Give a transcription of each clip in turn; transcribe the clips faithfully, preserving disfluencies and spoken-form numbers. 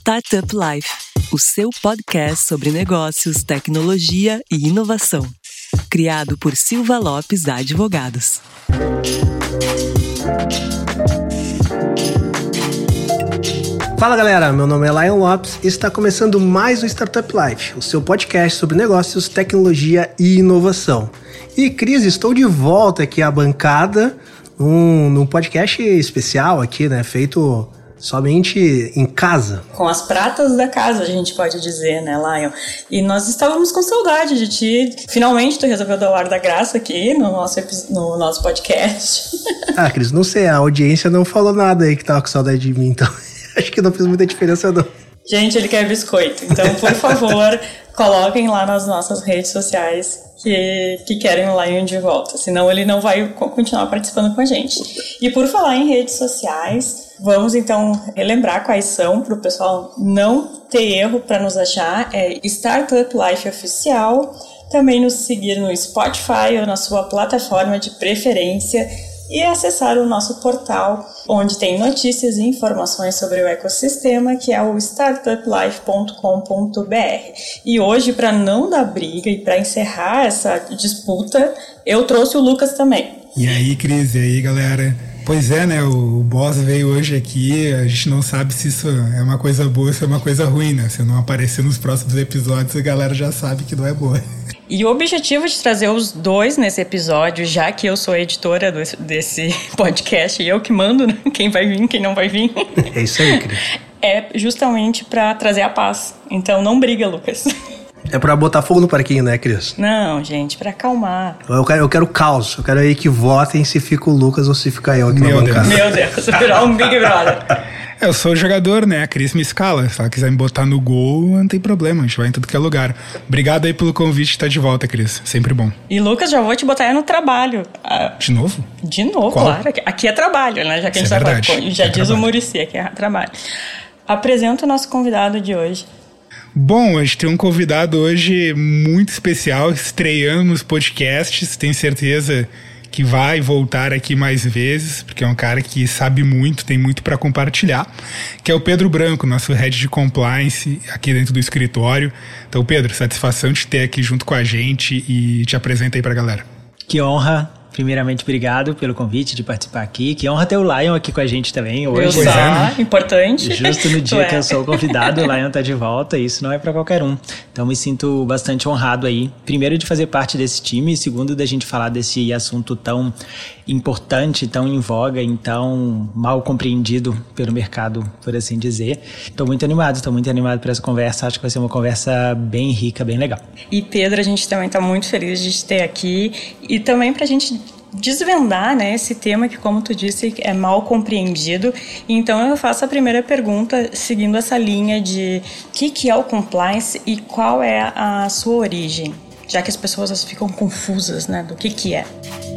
Startup Life, o seu podcast sobre negócios, tecnologia e inovação. Criado por Silva Lopes Advogados. Fala galera, meu nome é Lion Lopes e está começando mais o Startup Life, o seu podcast sobre negócios, tecnologia e inovação. E Cris, estou de volta aqui à bancada num, num podcast especial aqui, né, feito somente em casa. Com as pratas da casa, a gente pode dizer, né, Lion? E nós estávamos com saudade de ti. Finalmente, tu resolveu dar o ar da graça aqui no nosso, no nosso podcast. Ah, Cris, não sei, a audiência não falou nada aí que tava com saudade de mim, então acho que não fez muita diferença não. Gente, ele quer biscoito. Então, por favor, coloquem lá nas nossas redes sociais que, que querem o Lion de volta. Senão ele não vai continuar participando com a gente. E por falar em redes sociais, vamos então relembrar quais são, para o pessoal não ter erro para nos achar. É Startup Life Oficial. Também nos seguir no Spotify ou na sua plataforma de preferência. E acessar o nosso portal, onde tem notícias e informações sobre o ecossistema, que é o startup life ponto com ponto b r. E hoje, para não dar briga e para encerrar essa disputa, eu trouxe o Lucas também. E aí, Cris, e aí, galera? Pois é, né, o boss veio hoje aqui, a gente não sabe se isso é uma coisa boa ou se é uma coisa ruim, né? Se eu não aparecer nos próximos episódios, a galera já sabe que não é boa. E o objetivo de trazer os dois nesse episódio, já que eu sou a editora desse, desse podcast e eu que mando, né? Quem vai vir, quem não vai vir. É isso aí, Cris. É justamente para trazer a paz. Então não briga, Lucas. É pra botar fogo no parquinho, né, Cris? Não, gente, pra acalmar. Eu quero, eu quero caos. Eu quero aí que votem se fica o Lucas ou se fica eu aqui Meu na bancada. Meu Deus, virar um Big Brother. Eu sou o jogador, né? A Cris me escala. Se ela quiser me botar no gol, não tem problema. A gente vai em tudo que é lugar. Obrigado aí pelo convite de estar de volta, Cris. Sempre bom. E, Lucas, já vou te botar aí no trabalho. De novo? De novo, Qual? claro. Aqui é trabalho, né? Já que Isso a é gente verdade. tá falando. Já É diz trabalho. o Muricy, aqui é trabalho. Apresenta o nosso convidado de hoje. Bom, a gente tem um convidado hoje muito especial, estreando nos podcasts. Tenho certeza que vai voltar aqui mais vezes, porque é um cara que sabe muito, tem muito para compartilhar, que é o Pedro Branco, nosso Head de Compliance aqui dentro do escritório. Então, Pedro, satisfação de ter aqui junto com a gente e te apresenta aí pra galera. Que honra. Primeiramente, obrigado pelo convite de participar aqui. Que honra ter o Lion aqui com a gente também hoje. Eu só, é, né? importante. Justo no dia é. que eu sou convidado, o Lion tá de volta, e isso não é pra qualquer um. Então, me sinto bastante honrado aí. Primeiro, de fazer parte desse time, e segundo, da gente falar desse assunto tão importante, tão em voga, então mal compreendido pelo mercado, por assim dizer. Estou muito animado, estou muito animado para essa conversa. Acho que vai ser uma conversa bem rica, bem legal. E Pedro, a gente também está muito feliz de te ter aqui e também para a gente desvendar, né, esse tema que, como tu disse, é mal compreendido. Então eu faço a primeira pergunta seguindo essa linha de o que, que é o compliance e qual é a sua origem, já que as pessoas ficam confusas, né, do que que é.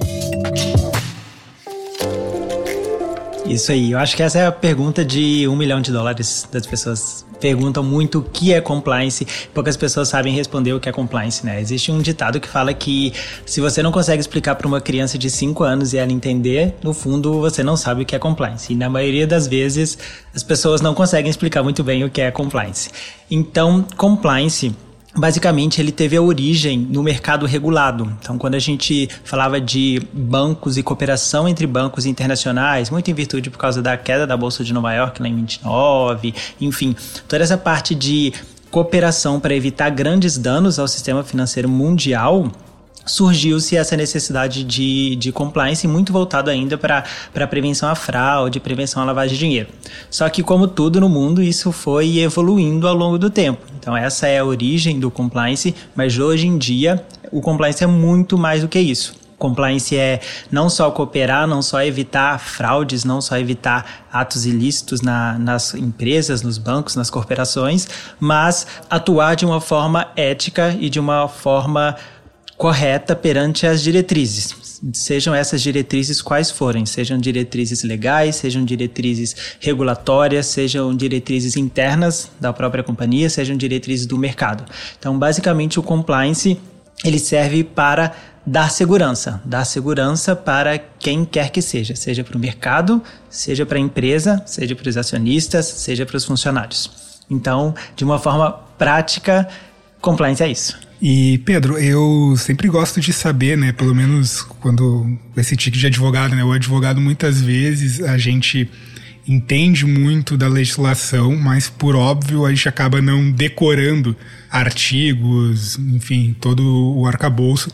Isso aí, eu acho que essa é a pergunta de um milhão de dólares das pessoas. Perguntam muito o que é compliance, poucas pessoas sabem responder o que é compliance, né? Existe um ditado que fala que se você não consegue explicar para uma criança de cinco anos e ela entender, no fundo você não sabe o que é compliance. E na maioria das vezes as pessoas não conseguem explicar muito bem o que é compliance. Então, compliance, basicamente, ele teve a origem no mercado regulado. Então, quando a gente falava de bancos e cooperação entre bancos internacionais, muito em virtude por causa da queda da Bolsa de Nova York lá em vinte e nove, enfim, toda essa parte de cooperação para evitar grandes danos ao sistema financeiro mundial, surgiu-se essa necessidade de, de compliance muito voltado ainda para a prevenção à fraude, prevenção à lavagem de dinheiro. Só que, como tudo no mundo, isso foi evoluindo ao longo do tempo. Então essa é a origem do compliance, mas hoje em dia o compliance é muito mais do que isso. Compliance é não só cooperar, não só evitar fraudes, não só evitar atos ilícitos na, nas empresas, nos bancos, nas corporações, mas atuar de uma forma ética e de uma forma correta perante as diretrizes, sejam essas diretrizes quais forem, sejam diretrizes legais, sejam diretrizes regulatórias, sejam diretrizes internas da própria companhia, sejam diretrizes do mercado. Então, basicamente, o compliance ele serve para dar segurança, dar segurança para quem quer que seja, seja para o mercado, seja para a empresa, seja para os acionistas, seja para os funcionários. Então, de uma forma prática, compliance é isso. E, Pedro, eu sempre gosto de saber, né, pelo menos quando esse tique de advogado, né, o advogado muitas vezes a gente entende muito da legislação, mas por óbvio a gente acaba não decorando artigos, enfim, todo o arcabouço.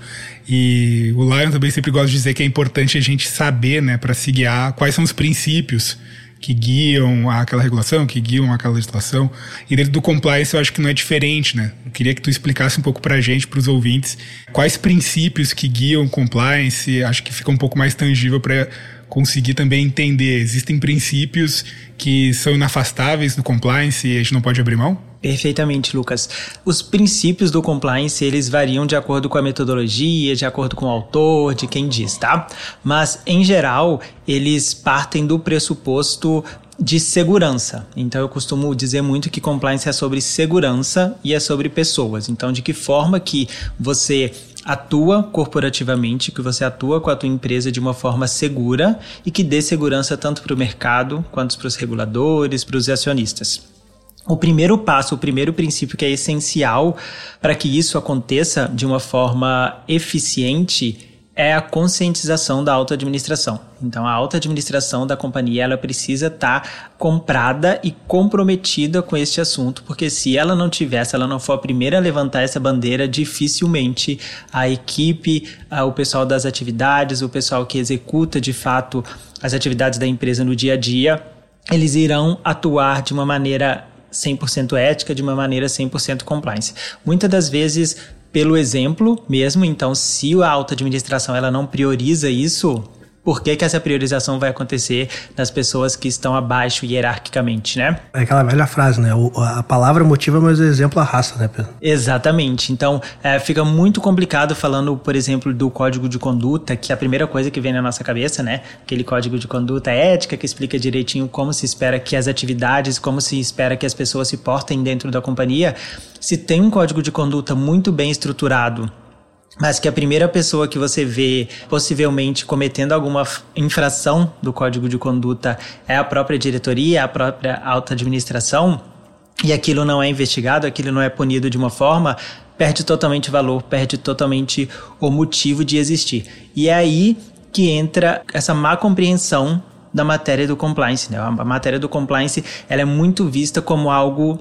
E o Lion também sempre gosta de dizer que é importante a gente saber, né, para se guiar, quais são os princípios que guiam aquela regulação, que guiam aquela legislação. E dentro do compliance eu acho que não é diferente, né? Eu queria que tu explicasse um pouco pra gente, pros ouvintes, quais princípios que guiam o compliance. Acho que fica um pouco mais tangível para conseguir também entender. Existem princípios que são inafastáveis do compliance e a gente não pode abrir mão? Perfeitamente, Lucas. Os princípios do compliance, eles variam de acordo com a metodologia, de acordo com o autor, de quem diz, tá? Mas, em geral, eles partem do pressuposto de segurança. Então, eu costumo dizer muito que compliance é sobre segurança e é sobre pessoas. Então, de que forma que você atua corporativamente, que você atua com a tua empresa de uma forma segura e que dê segurança tanto para o mercado quanto para os reguladores, para os acionistas. O primeiro passo, o primeiro princípio que é essencial para que isso aconteça de uma forma eficiente é a conscientização da auto-administração. Então, a auto-administração da companhia, ela precisa estar comprada e comprometida com este assunto, porque se ela não tiver, se ela não for a primeira a levantar essa bandeira, dificilmente a equipe, o pessoal das atividades, o pessoal que executa de fato as atividades da empresa no dia a dia, eles irão atuar de uma maneira cem por cento ética, de uma maneira cem por cento compliance. Muitas das vezes, pelo exemplo mesmo, então se a auto-administração ela não prioriza isso, por que que essa priorização vai acontecer nas pessoas que estão abaixo hierarquicamente, né? É aquela velha frase, né? O, a palavra motiva, mas o exemplo arrasta, né, Pedro? Exatamente. Então, é, fica muito complicado falando, por exemplo, do código de conduta, que é a primeira coisa que vem na nossa cabeça, né? Aquele código de conduta ética que explica direitinho como se espera que as atividades, como se espera que as pessoas se portem dentro da companhia. Se tem um código de conduta muito bem estruturado, mas que a primeira pessoa que você vê possivelmente cometendo alguma infração do código de conduta é a própria diretoria, a própria auto-administração, e aquilo não é investigado, aquilo não é punido de uma forma, perde totalmente valor, perde totalmente o motivo de existir. E é aí que entra essa má compreensão da matéria do compliance, né? A matéria do compliance ela é muito vista como algo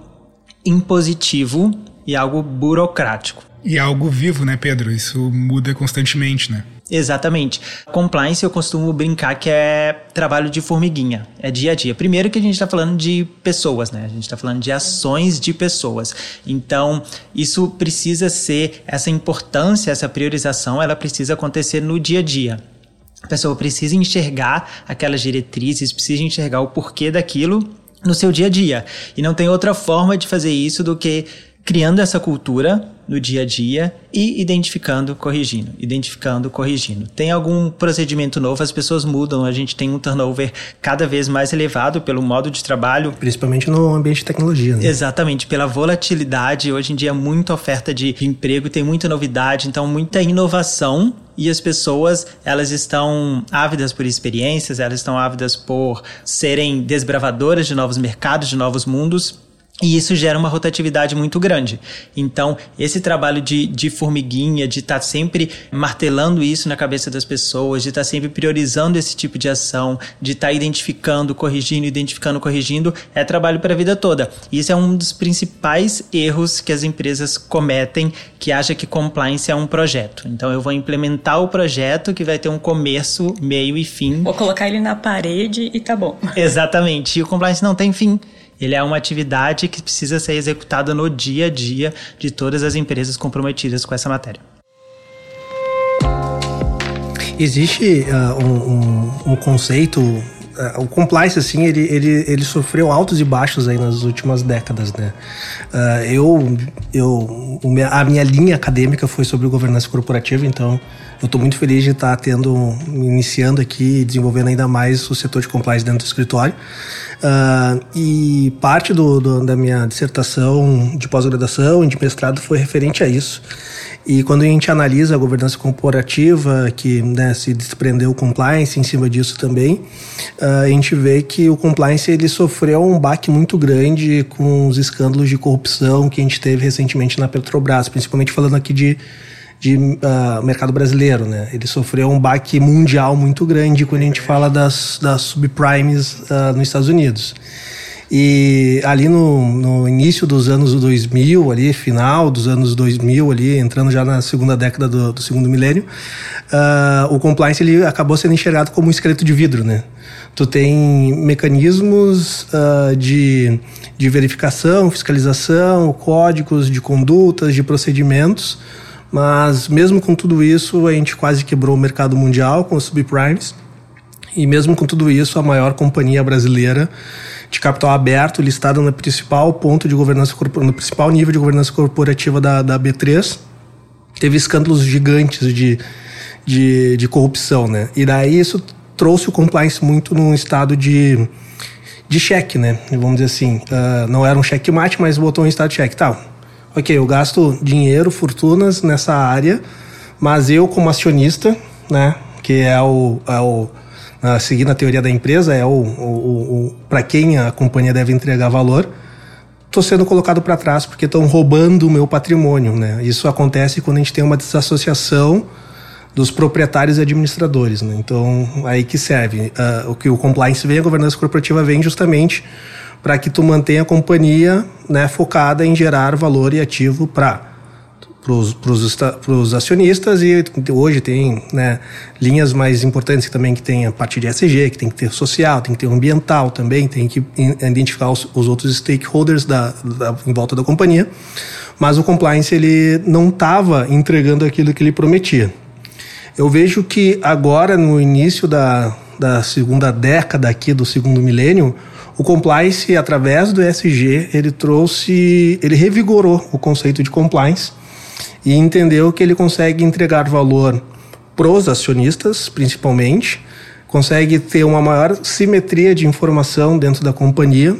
impositivo e algo burocrático. E é algo vivo, né, Pedro? Isso muda constantemente, né? Exatamente. Compliance eu costumo brincar que é trabalho de formiguinha, é dia a dia. Primeiro que a gente está falando de pessoas, né? A gente está falando de ações de pessoas. Então, isso precisa ser, essa importância, essa priorização, ela precisa acontecer no dia a dia. A pessoa precisa enxergar aquelas diretrizes, precisa enxergar o porquê daquilo no seu dia a dia. E não tem outra forma de fazer isso do que criando essa cultura no dia a dia e identificando, corrigindo, identificando, corrigindo. Tem algum procedimento novo, as pessoas mudam, a gente tem um turnover cada vez mais elevado pelo modo de trabalho. Principalmente no ambiente de tecnologia, né? Exatamente, pela volatilidade, hoje em dia muita oferta de emprego, tem muita novidade, então muita inovação e as pessoas, elas estão ávidas por experiências, elas estão ávidas por serem desbravadoras de novos mercados, de novos mundos. E isso gera uma rotatividade muito grande. Então, esse trabalho de, de formiguinha, de estar tá sempre martelando isso na cabeça das pessoas, de estar tá sempre priorizando esse tipo de ação, de estar tá identificando, corrigindo, identificando, corrigindo, é trabalho para a vida toda. E isso é um dos principais erros que as empresas cometem, que acha que compliance é um projeto. Então, eu vou implementar o projeto que vai ter um começo, meio e fim. Vou colocar ele na parede e tá bom. Exatamente. E o compliance não tem fim. Ele é uma atividade que precisa ser executada no dia a dia de todas as empresas comprometidas com essa matéria. Existe uh, um, um, um conceito, uh, o compliance, assim, ele, ele, ele sofreu altos e baixos aí nas últimas décadas, né? Uh, eu, eu, a minha linha acadêmica foi sobre governança corporativa, então eu estou muito feliz de estar tendo, iniciando aqui e desenvolvendo ainda mais o setor de compliance dentro do escritório. Uh, e parte do, do, da minha dissertação de pós-graduação e de mestrado foi referente a isso. E quando a gente analisa a governança corporativa, que, né, se desprendeu o compliance em cima disso também, a gente vê que o compliance ele sofreu um baque muito grande com os escândalos de corrupção que a gente teve recentemente na Petrobras, principalmente falando aqui de, de uh, mercado brasileiro, né? Ele sofreu um baque mundial muito grande quando a gente fala das, das subprimes uh, nos Estados Unidos. E ali no, no início dos anos dois mil, ali, final dos anos dois mil, ali, entrando já na segunda década do, do segundo milênio, uh, o compliance ele acabou sendo enxergado como um esqueleto de vidro, né? Tu tem mecanismos uh, de, de verificação, fiscalização, códigos de condutas, de procedimentos, mas mesmo com tudo isso, a gente quase quebrou o mercado mundial com os subprimes, e mesmo com tudo isso, a maior companhia brasileira de capital aberto, listada no principal ponto de governança, no principal nível de governança corporativa da, da B três, teve escândalos gigantes de, de, de corrupção, né? E daí isso trouxe o compliance muito num estado de, de cheque, né? Vamos dizer assim, uh, não era um checkmate, mas botou em estado de cheque. Tá, ok, eu gasto dinheiro, fortunas nessa área, mas eu como acionista, né, que é o... É o Uh, seguindo a teoria da empresa, é o, o, o, para quem a companhia deve entregar valor, estou sendo colocado para trás porque estão roubando o meu patrimônio, né? Isso acontece quando a gente tem uma desassociação dos proprietários e administradores, né? Então, aí que serve. Uh, o que o compliance vem, a governança corporativa vem justamente para que tu mantenha a companhia, né, focada em gerar valor e ativo para para os acionistas, e hoje tem, né, linhas mais importantes que também que tem a parte de E S G, que tem que ter social, tem que ter ambiental também, tem que identificar os, os outros stakeholders da, da, em volta da companhia, mas o compliance ele não estava entregando aquilo que ele prometia. Eu vejo que agora, no início da, da segunda década aqui do segundo milênio, o compliance, através do E S G, ele trouxe, ele revigorou o conceito de compliance e entendeu que ele consegue entregar valor para os acionistas, principalmente, consegue ter uma maior simetria de informação dentro da companhia,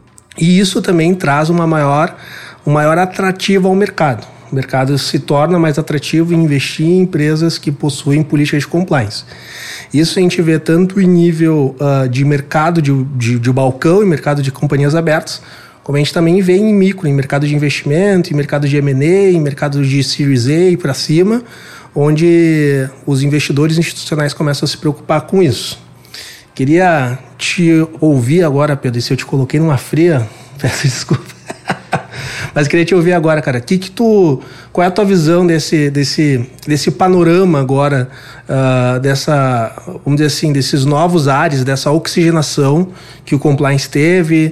e isso também traz uma maior, um maior atrativo ao mercado. O mercado se torna mais atrativo em investir em empresas que possuem políticas de compliance. Isso a gente vê tanto em nível uh, de mercado de, de, de balcão e mercado de companhias abertas, como a gente também vê em micro, em mercado de investimento, em mercado de M and A, em mercado de Series A e para cima, onde os investidores institucionais começam a se preocupar com isso. Queria te ouvir agora, Pedro, e se eu te coloquei numa fria, peço desculpa. Mas queria te ouvir agora, cara. Que que tu, qual é a tua visão desse, desse, desse panorama agora, uh, dessa, vamos dizer assim, desses novos ares, dessa oxigenação que o compliance teve,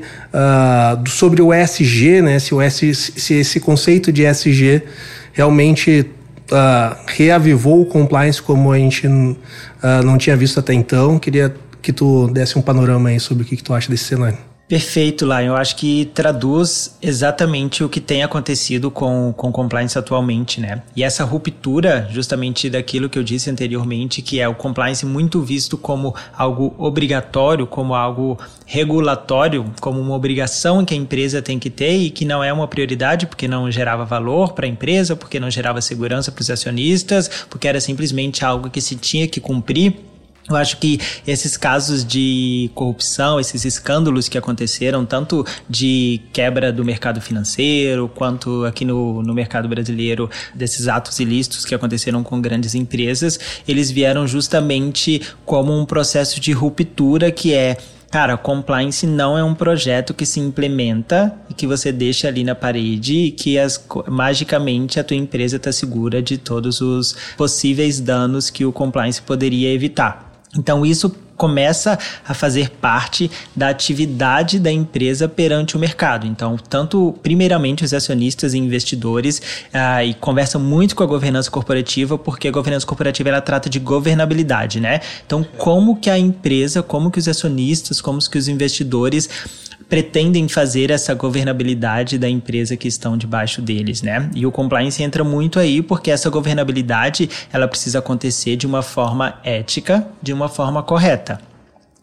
uh, sobre o E S G, né? Se, o S, se esse conceito de E S G realmente uh, reavivou o compliance como a gente uh, não tinha visto até então. Queria que tu desse um panorama aí sobre o que, que tu acha desse cenário. Perfeito, Lion. Eu acho que traduz exatamente o que tem acontecido com o compliance atualmente, né? E essa ruptura, justamente daquilo que eu disse anteriormente, que é o compliance muito visto como algo obrigatório, como algo regulatório, como uma obrigação que a empresa tem que ter e que não é uma prioridade porque não gerava valor para a empresa, porque não gerava segurança para os acionistas, porque era simplesmente algo que se tinha que cumprir. Eu acho que esses casos de corrupção, esses escândalos que aconteceram, tanto de quebra do mercado financeiro, quanto aqui no, no mercado brasileiro, desses atos ilícitos que aconteceram com grandes empresas, eles vieram justamente como um processo de ruptura que é... Cara, compliance não é um projeto que se implementa e que você deixa ali na parede e que as, magicamente a tua empresa está segura de todos os possíveis danos que o compliance poderia evitar. Então isso começa a fazer parte da atividade da empresa perante o mercado. Então, tanto, primeiramente, os acionistas e investidores ah, e conversam muito com a governança corporativa, porque a governança corporativa ela trata de governabilidade, né? Então, como que a empresa, como que os acionistas, como que os investidores pretendem fazer essa governabilidade da empresa que estão debaixo deles, né? E o compliance entra muito aí porque essa governabilidade, ela precisa acontecer de uma forma ética, de uma forma correta.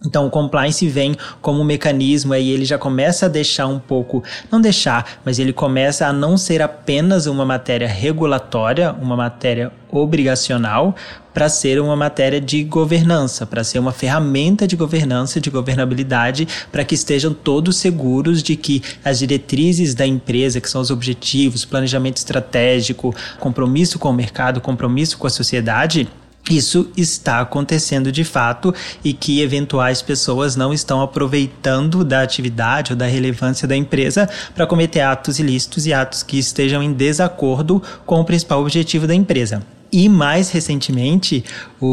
Então, o compliance vem como um mecanismo, aí ele já começa a deixar um pouco, não deixar, mas ele começa a não ser apenas uma matéria regulatória, uma matéria obrigacional, para ser uma matéria de governança, para ser uma ferramenta de governança, de governabilidade, para que estejam todos seguros de que as diretrizes da empresa, que são os objetivos, planejamento estratégico, compromisso com o mercado, compromisso com a sociedade, isso está acontecendo de fato e que eventuais pessoas não estão aproveitando da atividade ou da relevância da empresa para cometer atos ilícitos e atos que estejam em desacordo com o principal objetivo da empresa. E mais recentemente,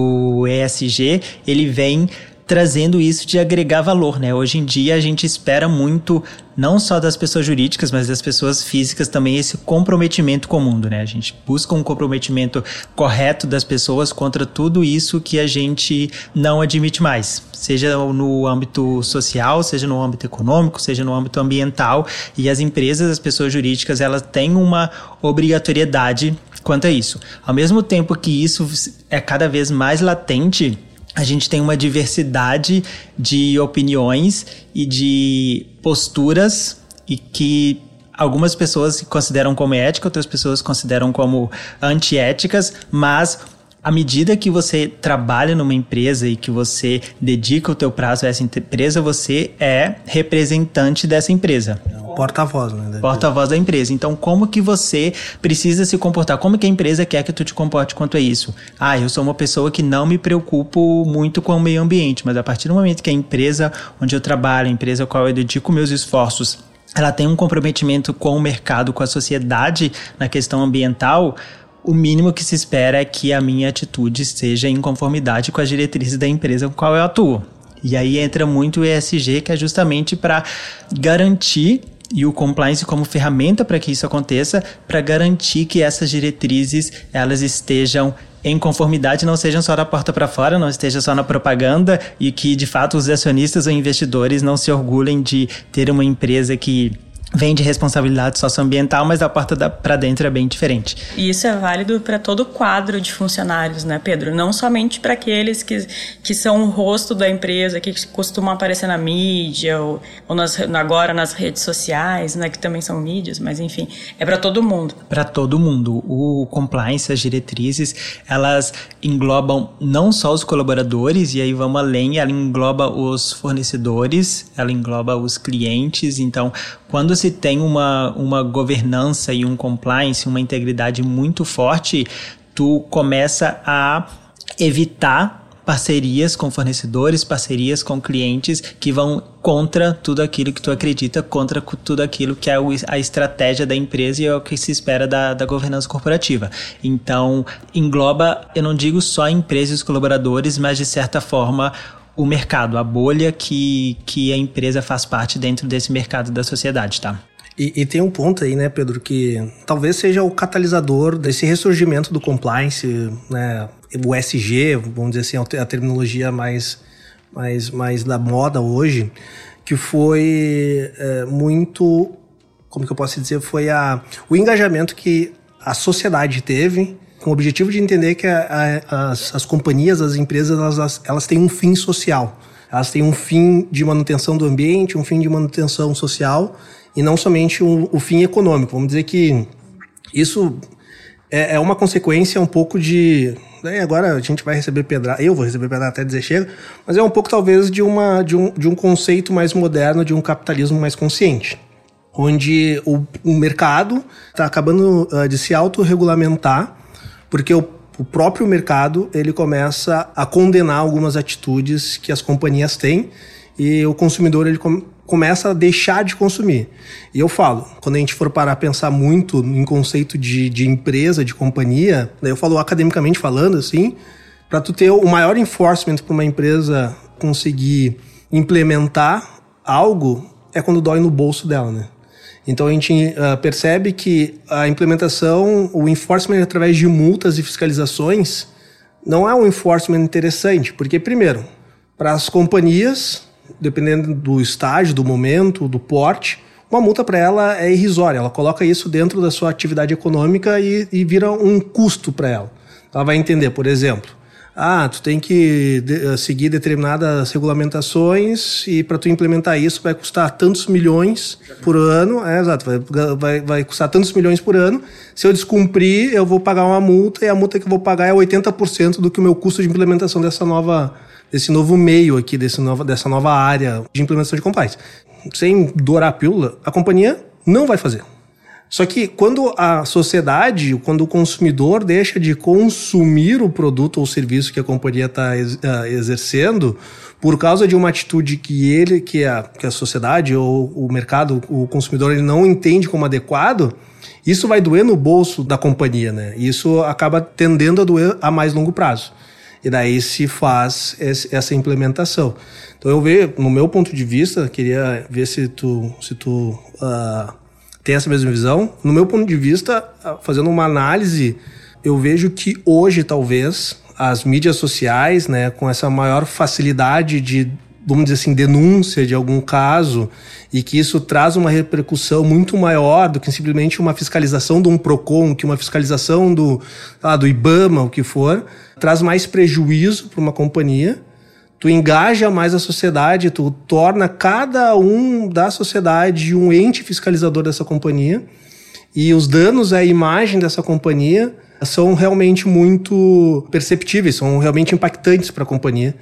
o E S G, ele vem trazendo isso de agregar valor, né? Hoje em dia a gente espera muito, não só das pessoas jurídicas, mas das pessoas físicas também, esse comprometimento com o mundo, né? A gente busca um comprometimento correto das pessoas contra tudo isso que a gente não admite mais, seja no âmbito social, seja no âmbito econômico, seja no âmbito ambiental, e as empresas, as pessoas jurídicas, elas têm uma obrigatoriedade quanto a isso. Ao mesmo tempo que isso é cada vez mais latente, a gente tem uma diversidade de opiniões e de posturas e que algumas pessoas consideram como ética, outras pessoas consideram como antiéticas, mas à medida que você trabalha numa empresa e que você dedica o teu prazo a essa empresa, você é representante dessa empresa. Porta-voz, né? Porta-voz da empresa. Então, como que você precisa se comportar? Como que a empresa quer que tu te comporte quanto a isso? Ah, eu sou uma pessoa que não me preocupo muito com o meio ambiente, mas a partir do momento que a empresa onde eu trabalho, a empresa a qual eu dedico meus esforços, ela tem um comprometimento com o mercado, com a sociedade na questão ambiental, o mínimo que se espera é que a minha atitude esteja em conformidade com as diretrizes da empresa com a qual eu atuo. E aí entra muito o E S G, que é justamente para garantir, e o compliance como ferramenta para que isso aconteça, para garantir que essas diretrizes elas estejam em conformidade, não sejam só da porta para fora, não esteja só na propaganda, e que de fato os acionistas ou investidores não se orgulhem de ter uma empresa que vem de responsabilidade socioambiental, mas da porta para dentro é bem diferente. E isso é válido para todo o quadro de funcionários, né, Pedro? Não somente para aqueles que, que são o rosto da empresa, que costumam aparecer na mídia ou, ou nas, agora nas redes sociais, né, que também são mídias, mas enfim, é para todo mundo. Para todo mundo. O compliance, as diretrizes, elas englobam não só os colaboradores, e aí vamos além, ela engloba os fornecedores, ela engloba os clientes. Então, quando se tem uma, uma governança e um compliance, uma integridade muito forte, tu começa a evitar parcerias com fornecedores, parcerias com clientes que vão contra tudo aquilo que tu acredita, contra tudo aquilo que é a estratégia da empresa e é o que se espera da, da governança corporativa. Então, engloba, eu não digo só a empresa e os colaboradores, mas de certa forma o mercado, a bolha que, que a empresa faz parte dentro desse mercado da sociedade, tá? E, e tem um ponto aí, né, Pedro, que talvez seja o catalisador desse ressurgimento do compliance, né, o E S G, vamos dizer assim, a terminologia mais, mais, mais da moda hoje, que foi é, muito, como que eu posso dizer, foi a, o engajamento que a sociedade teve com o objetivo de entender que a, a, as, as companhias, as empresas, elas, elas têm um fim social. Elas têm um fim de manutenção do ambiente, um fim de manutenção social e não somente um, o fim econômico. Vamos dizer que isso é, é uma consequência um pouco de... Né, agora a gente vai receber pedrada, eu vou receber pedrada até dizer chega, mas é um pouco talvez de, uma, de, um, de um conceito mais moderno, de um capitalismo mais consciente, onde o, o mercado está acabando uh, de se autorregulamentar, porque o, o próprio mercado ele começa a condenar algumas atitudes que as companhias têm e o consumidor ele com, começa a deixar de consumir. E eu falo, quando a gente for parar a pensar muito em conceito de, de empresa, de companhia, daí eu falo academicamente falando assim, para tu ter o maior enforcement para uma empresa conseguir implementar algo é quando dói no bolso dela, né? Então a gente uh, percebe que a implementação, o enforcement através de multas e fiscalizações não é um enforcement interessante, porque primeiro, para as companhias, dependendo do estágio, do momento, do porte, uma multa para ela é irrisória, ela coloca isso dentro da sua atividade econômica e, e vira um custo para ela. Ela vai entender, por exemplo, Ah, tu tem que de, seguir determinadas regulamentações e para tu implementar isso vai custar tantos milhões por ano. É, exato, vai, vai, vai custar tantos milhões por ano. Se eu descumprir, eu vou pagar uma multa e a multa que eu vou pagar é oitenta por cento do que o meu custo de implementação dessa nova, desse novo meio aqui, desse nova, dessa nova área de implementação de compliance. Sem dourar a pílula, a companhia não vai fazer. Só que quando a sociedade, quando o consumidor deixa de consumir o produto ou serviço que a companhia está exercendo, por causa de uma atitude que ele, que a, que a sociedade ou o mercado, o consumidor, ele não entende como adequado, isso vai doer no bolso da companhia, né? Isso acaba tendendo a doer a mais longo prazo. E daí se faz esse, essa implementação. Então eu vejo, no meu ponto de vista, queria ver se tu... Se tu uh, tem essa mesma visão. No meu ponto de vista, fazendo uma análise, eu vejo que hoje, talvez, as mídias sociais, né, com essa maior facilidade de, vamos dizer assim, denúncia de algum caso, e que isso traz uma repercussão muito maior do que simplesmente uma fiscalização de um PROCON, que uma fiscalização do, ah, do IBAMA, o que for, traz mais prejuízo para uma companhia. Tu engaja mais a sociedade, tu torna cada um da sociedade um ente fiscalizador dessa companhia, e os danos à imagem dessa companhia são realmente muito perceptíveis, são realmente impactantes para a companhia,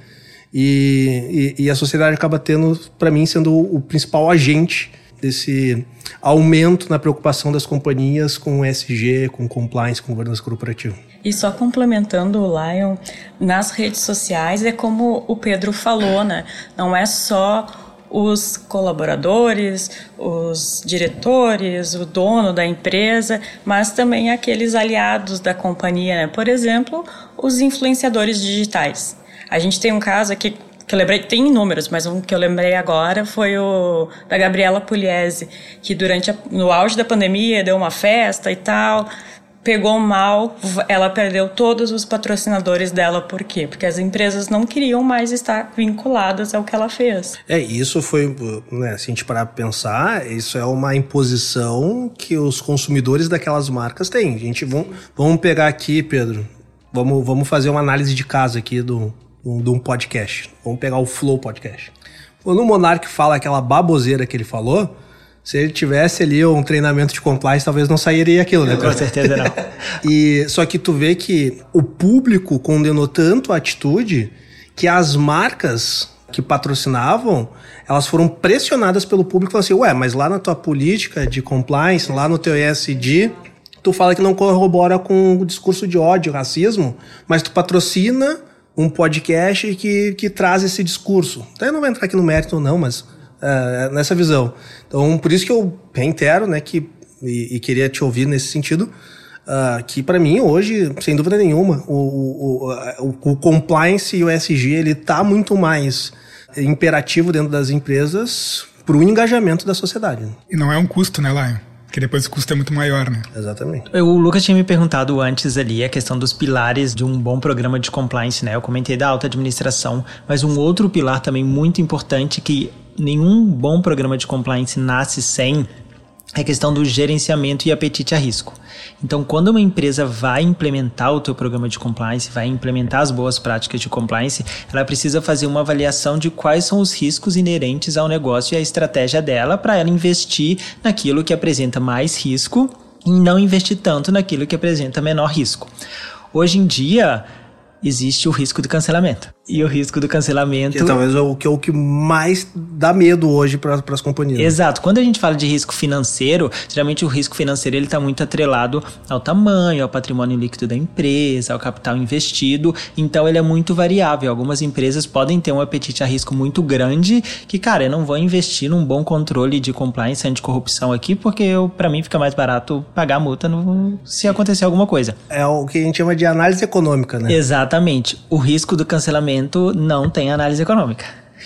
e, e, e a sociedade acaba tendo, para mim, sendo o principal agente desse aumento na preocupação das companhias com E S G, com compliance, com governança corporativa. E só complementando o Lion, nas redes sociais é como o Pedro falou, né? Não é só os colaboradores, os diretores, o dono da empresa, mas também aqueles aliados da companhia, né? Por exemplo, os influenciadores digitais. A gente tem um caso aqui que eu lembrei, tem inúmeros, mas um que eu lembrei agora foi o da Gabriela Pugliese, que durante a, no auge da pandemia deu uma festa e tal, pegou mal, ela perdeu todos os patrocinadores dela. Por quê? Porque as empresas não queriam mais estar vinculadas ao que ela fez. É, isso foi, né, se a gente parar para pensar, isso é uma imposição que os consumidores daquelas marcas têm. A gente, vamos, vamos pegar aqui, Pedro, vamos, vamos fazer uma análise de caso aqui do de um podcast. Vamos pegar o Flow Podcast. Quando o Monark fala aquela baboseira que ele falou, se ele tivesse ali um treinamento de compliance, talvez não sairia aquilo, né? Com certeza não. E, só que tu vê que o público condenou tanto a atitude que as marcas que patrocinavam, elas foram pressionadas pelo público, falando assim, ué, mas lá na tua política de compliance, lá no teu E S G, tu fala que não corrobora com o discurso de ódio, racismo, mas tu patrocina um podcast que, que traz esse discurso. Então eu não vou entrar aqui no mérito não, mas uh, nessa visão. Então por isso que eu reitero, né, que, e, e queria te ouvir nesse sentido, uh, que para mim hoje, sem dúvida nenhuma, o, o, o, o compliance e o E S G, ele tá muito mais imperativo dentro das empresas para o engajamento da sociedade. E não é um custo, né, Lion? Porque depois o custo é muito maior, né? Exatamente. O Lucas tinha me perguntado antes ali a questão dos pilares de um bom programa de compliance, né? Eu comentei da alta administração, mas um outro pilar também muito importante que nenhum bom programa de compliance nasce sem é a questão do gerenciamento e apetite a risco. Então, quando uma empresa vai implementar o teu programa de compliance, vai implementar as boas práticas de compliance, ela precisa fazer uma avaliação de quais são os riscos inerentes ao negócio e à estratégia dela para ela investir naquilo que apresenta mais risco e não investir tanto naquilo que apresenta menor risco. Hoje em dia, existe o risco do cancelamento. E o risco do cancelamento... Que talvez é o que, é o que mais dá medo hoje para as companhias. Exato. Quando a gente fala de risco financeiro, geralmente o risco financeiro está muito atrelado ao tamanho, ao patrimônio líquido da empresa, ao capital investido. Então, ele é muito variável. Algumas empresas podem ter um apetite a risco muito grande que, cara, eu não vou investir num bom controle de compliance anticorrupção aqui porque para mim fica mais barato pagar a multa no, se acontecer alguma coisa. É o que a gente chama de análise econômica, né? Exatamente. O risco do cancelamento não tem análise econômica.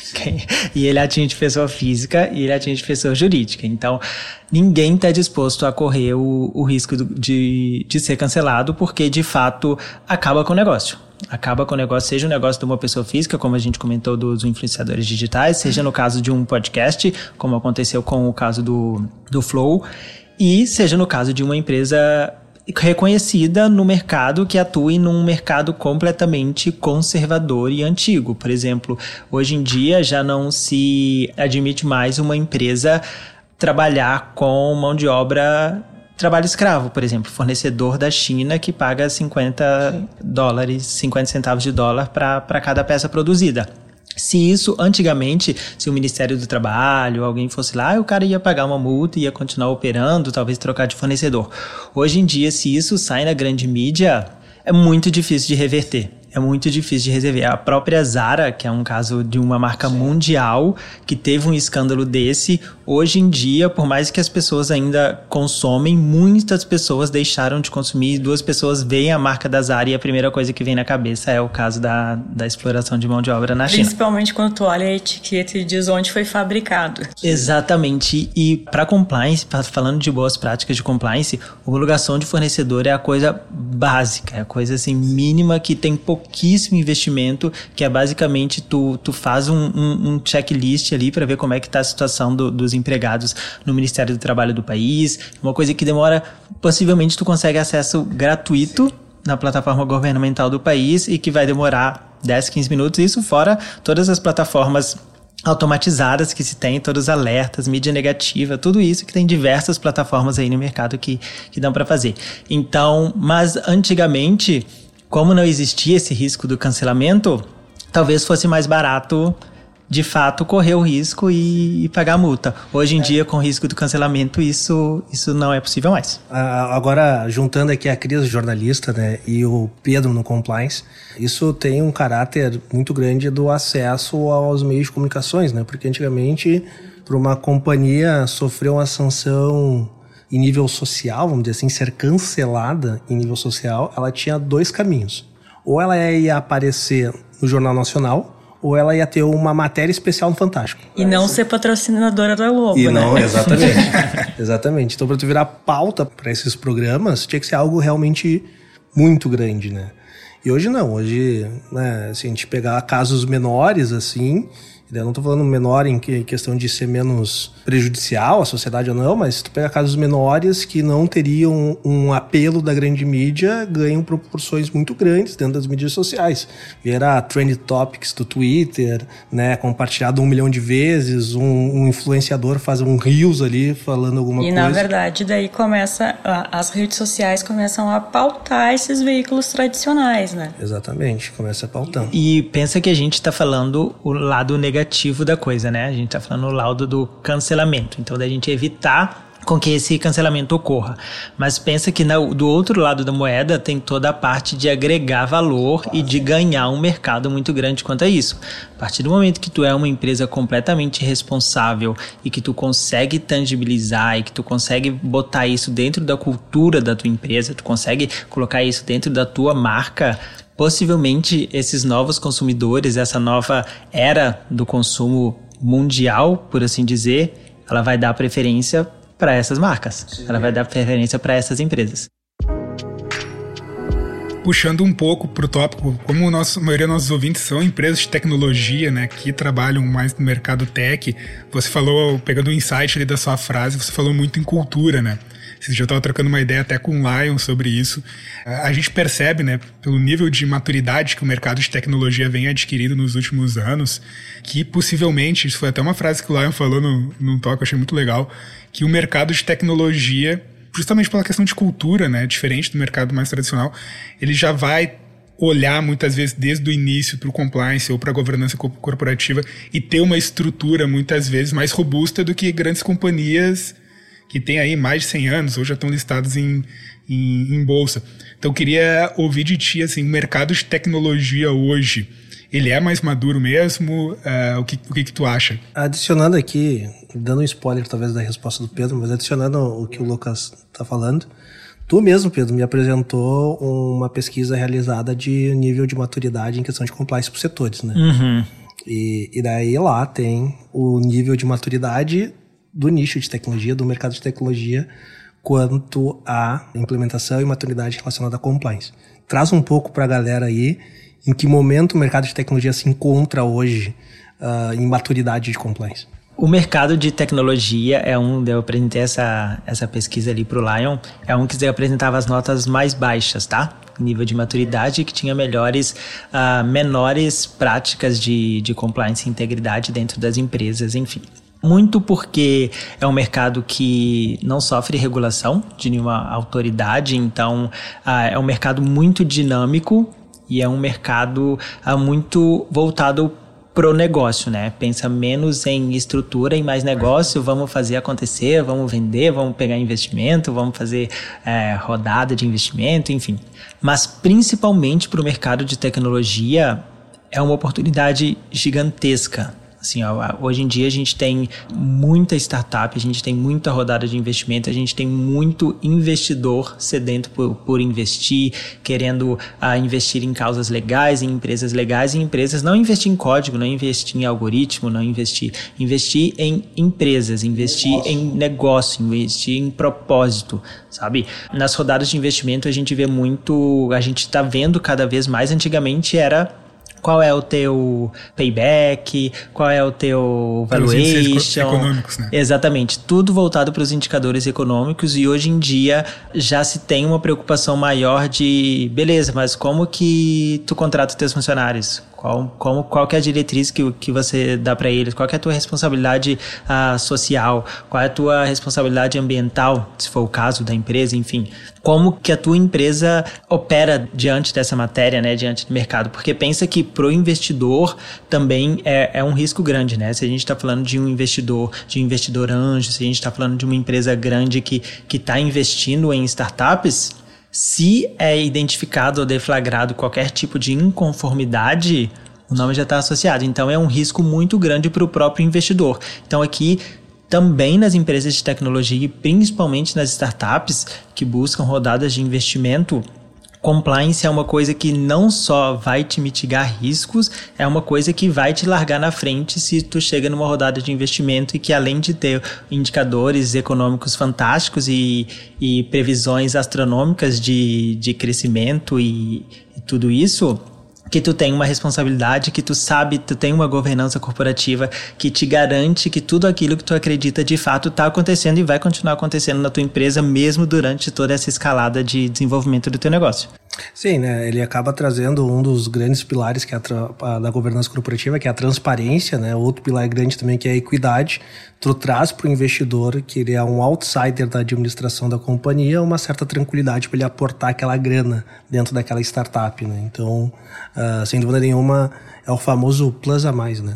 E ele atinge pessoa física e ele atinge pessoa jurídica. Então, ninguém está disposto a correr o, o risco de, de ser cancelado porque, de fato, acaba com o negócio. Acaba com o negócio, seja o negócio de uma pessoa física, como a gente comentou dos influenciadores digitais, seja no caso de um podcast, como aconteceu com o caso do, do Flow, e seja no caso de uma empresa reconhecida no mercado que atue num mercado completamente conservador e antigo. Por exemplo, hoje em dia já não se admite mais uma empresa trabalhar com mão de obra, trabalho escravo, por exemplo, fornecedor da China que paga cinquenta dólares, cinquenta centavos de dólar para cada peça produzida. Se isso, antigamente, se o Ministério do Trabalho, alguém fosse lá, o cara ia pagar uma multa e ia continuar operando, talvez trocar de fornecedor. Hoje em dia, se isso sai na grande mídia, é muito difícil de reverter. É muito difícil de resolver. A própria Zara, que é um caso de uma marca Sim. mundial, que teve um escândalo desse, hoje em dia, por mais que as pessoas ainda consomem, muitas pessoas deixaram de consumir. Duas pessoas veem a marca da Zara e a primeira coisa que vem na cabeça é o caso da, da exploração de mão de obra na China. Principalmente quando tu olha a etiqueta e diz onde foi fabricado. Exatamente. E para compliance, falando de boas práticas de compliance, homologação de fornecedor é a coisa básica, é a coisa assim, mínima que tem pouco pouquíssimo investimento, que é basicamente tu, tu faz um, um, um checklist ali para ver como é que está a situação do, dos empregados no Ministério do Trabalho do país, uma coisa que demora, possivelmente tu consegue acesso gratuito na plataforma governamental do país e que vai demorar dez, quinze minutos, isso fora todas as plataformas automatizadas que se tem, todos os alertas, mídia negativa, tudo isso que tem diversas plataformas aí no mercado que, que dão para fazer. Então, mas antigamente, como não existia esse risco do cancelamento, talvez fosse mais barato, de fato, correr o risco e, e pagar a multa. Hoje em é. dia, com o risco do cancelamento, isso, isso não é possível mais. Ah, agora, juntando aqui a Cris, jornalista, né, e o Pedro no compliance, isso tem um caráter muito grande do acesso aos meios de comunicações, né? Porque antigamente, para uma companhia sofrer uma sanção em nível social, vamos dizer assim, ser cancelada em nível social, ela tinha dois caminhos. Ou ela ia aparecer no Jornal Nacional, ou ela ia ter uma matéria especial no Fantástico. E não ser patrocinadora da Globo, e né? Não, exatamente. Exatamente. Então, para tu virar pauta para esses programas, tinha que ser algo realmente muito grande, né? E hoje não. Hoje, né, se a gente pegar casos menores, assim... Eu não estou falando menor em questão de ser menos prejudicial à sociedade ou não, mas se tu pega casos menores que não teriam um apelo da grande mídia, ganham proporções muito grandes dentro das mídias sociais. Virar trend topics do Twitter, né, compartilhado um milhão de vezes, um, um influenciador faz um reels ali falando alguma e, coisa. E na verdade daí começa, as redes sociais começam a pautar esses veículos tradicionais, né? Exatamente, começa a pautar. E pensa que a gente está falando o lado negativo da coisa, né? A gente tá falando o laudo do cancelamento, então da gente evitar com que esse cancelamento ocorra. Mas pensa que na, do outro lado da moeda tem toda a parte de agregar valor e de ganhar um mercado muito grande quanto a isso. A partir do momento que tu é uma empresa completamente responsável e que tu consegue tangibilizar e que tu consegue botar isso dentro da cultura da tua empresa, tu consegue colocar isso dentro da tua marca, possivelmente esses novos consumidores, essa nova era do consumo mundial, por assim dizer, ela vai dar preferência para essas marcas. Sim. Ela vai dar preferência para essas empresas. Puxando um pouco para o tópico, como a, nossa, a maioria dos nossos ouvintes são empresas de tecnologia, né, que trabalham mais no mercado tech, você falou, pegando o insight ali da sua frase, você falou muito em cultura, né? Esse dia eu estava trocando uma ideia até com o Lion sobre isso. A gente percebe, né, pelo nível de maturidade que o mercado de tecnologia vem adquirindo nos últimos anos, que possivelmente, isso foi até uma frase que o Lion falou no, num talk, eu achei muito legal, que o mercado de tecnologia, justamente pela questão de cultura, né, diferente do mercado mais tradicional, ele já vai olhar muitas vezes desde o início para o compliance ou para a governança corporativa e ter uma estrutura muitas vezes mais robusta do que grandes companhias que têm aí mais de cem anos ou já estão listados em, em, em bolsa. Então eu queria ouvir de ti, assim, o mercado de tecnologia hoje, ele é mais maduro mesmo? Uh, o que, o que que tu acha? Adicionando aqui, dando um spoiler talvez da resposta do Pedro, mas adicionando o que o Lucas está falando, tu mesmo, Pedro, me apresentou uma pesquisa realizada de nível de maturidade em questão de compliance por setores, né? Uhum. E, e daí lá tem o nível de maturidade do nicho de tecnologia, do mercado de tecnologia, quanto à implementação e maturidade relacionada à compliance. Traz um pouco para a galera aí em que momento o mercado de tecnologia se encontra hoje uh, em maturidade de compliance. O mercado de tecnologia é um, eu apresentei essa, essa pesquisa ali para o Lion, é um que apresentava as notas mais baixas, tá? Nível de maturidade, que tinha melhores, uh, menores práticas de, de compliance e integridade dentro das empresas, enfim. Muito porque é um mercado que não sofre regulação de nenhuma autoridade, então uh, é um mercado muito dinâmico e é um mercado uh, muito voltado pro negócio, né? Pensa menos em estrutura e mais negócio, vamos fazer acontecer, vamos vender, vamos pegar investimento, vamos fazer é, rodada de investimento, enfim. Mas principalmente para o mercado de tecnologia é uma oportunidade gigantesca. Assim, ó, hoje em dia a gente tem muita startup, a gente tem muita rodada de investimento, a gente tem muito investidor sedento por, por investir, querendo uh, investir em causas legais, em empresas legais, e empresas não investir em código, não investir em algoritmo, não investir, investir em empresas, investir Nossa. em negócio, investir em propósito, sabe? Nas rodadas de investimento a gente vê muito, a gente está vendo cada vez mais, antigamente era qual é o teu payback, qual é o teu valuation. Econômicos, né? Exatamente, tudo voltado para os indicadores econômicos, e hoje em dia já se tem uma preocupação maior de, beleza, mas como que tu contrata teus funcionários? Qual, como, qual que é a diretriz que, que você dá para eles? Qual que é a tua responsabilidade uh, social? Qual é a tua responsabilidade ambiental, se for o caso da empresa, enfim. Como que a tua empresa opera diante dessa matéria, né, diante do mercado? Porque pensa que pro investidor também é, é um risco grande, né? Se a gente está falando de um investidor, de um investidor anjo, se a gente está falando de uma empresa grande que que está investindo em startups, se é identificado ou deflagrado qualquer tipo de inconformidade, o nome já está associado. Então, é um risco muito grande para o próprio investidor. Então, aqui, também nas empresas de tecnologia e principalmente nas startups que buscam rodadas de investimento, compliance é uma coisa que não só vai te mitigar riscos, é uma coisa que vai te largar na frente se tu chega numa rodada de investimento, e que além de ter indicadores econômicos fantásticos e, e previsões astronômicas de, de crescimento e, e tudo isso, que tu tem uma responsabilidade, que tu sabe, tu tem uma governança corporativa que te garante que tudo aquilo que tu acredita de fato está acontecendo e vai continuar acontecendo na tua empresa, mesmo durante toda essa escalada de desenvolvimento do teu negócio. Sim, né? Ele acaba trazendo um dos grandes pilares que é a, a, da governança corporativa, que é a transparência, né? Outro pilar grande também, que é a equidade. Tu traz para o investidor, que ele é um outsider da administração da companhia, uma certa tranquilidade para ele aportar aquela grana dentro daquela startup, né? Então, uh, sem dúvida nenhuma, é o famoso plus a mais, né?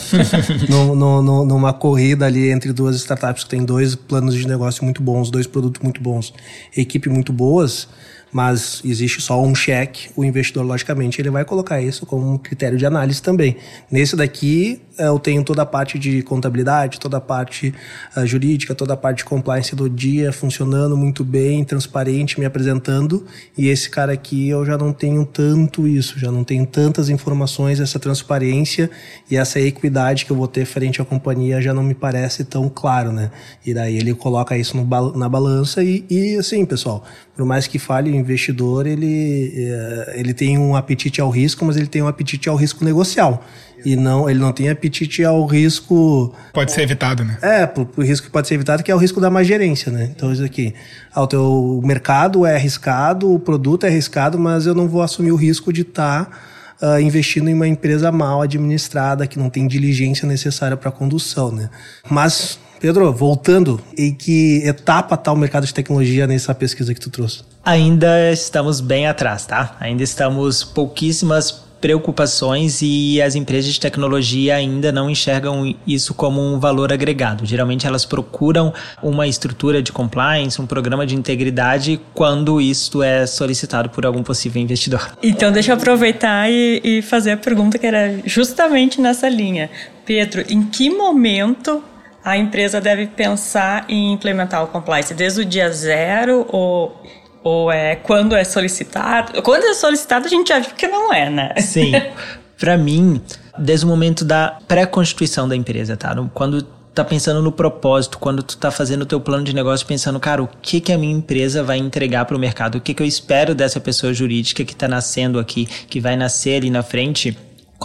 no, no, no, numa corrida ali entre duas startups que tem dois planos de negócio muito bons, dois produtos muito bons, equipe muito boas, mas existe só um cheque, o investidor, logicamente, ele vai colocar isso como um critério de análise também. Nesse daqui, eu tenho toda a parte de contabilidade, toda a parte uh, jurídica, toda a parte de compliance do dia funcionando muito bem, transparente, me apresentando, e esse cara aqui eu já não tenho tanto isso, já não tenho tantas informações, essa transparência e essa equidade que eu vou ter frente à companhia já não me parece tão claro, né? E daí ele coloca isso no, na balança e, e assim, pessoal, por mais que fale o investidor, ele, ele tem um apetite ao risco, mas ele tem um apetite ao risco negocial. E não, ele não tem apetite ao risco... Pode ser evitado, né? É, o risco que pode ser evitado, que é o risco da má gerência, né? Então, isso aqui, ah, o teu mercado é arriscado, o produto é arriscado, mas eu não vou assumir o risco de estar... Tá Uh, investindo em uma empresa mal administrada, que não tem diligência necessária para a condução, né? Mas, Pedro, voltando, em que etapa está o mercado de tecnologia nessa pesquisa que tu trouxe? Ainda estamos bem atrás, tá? Ainda estamos pouquíssimas preocupações, e as empresas de tecnologia ainda não enxergam isso como um valor agregado. Geralmente elas procuram uma estrutura de compliance, um programa de integridade, quando isso é solicitado por algum possível investidor. Então deixa eu aproveitar e, e fazer a pergunta que era justamente nessa linha. Pedro, em que momento a empresa deve pensar em implementar o compliance? Desde o dia zero ou... Ou é quando é solicitado? Quando é solicitado, a gente já viu que não é, né? Sim. Para mim, desde o momento da pré-constituição da empresa, tá? Quando tá pensando no propósito, quando tu tá fazendo o teu plano de negócio, pensando, cara, o que que a minha empresa vai entregar para o mercado? O que que eu espero dessa pessoa jurídica que tá nascendo aqui, que vai nascer ali na frente?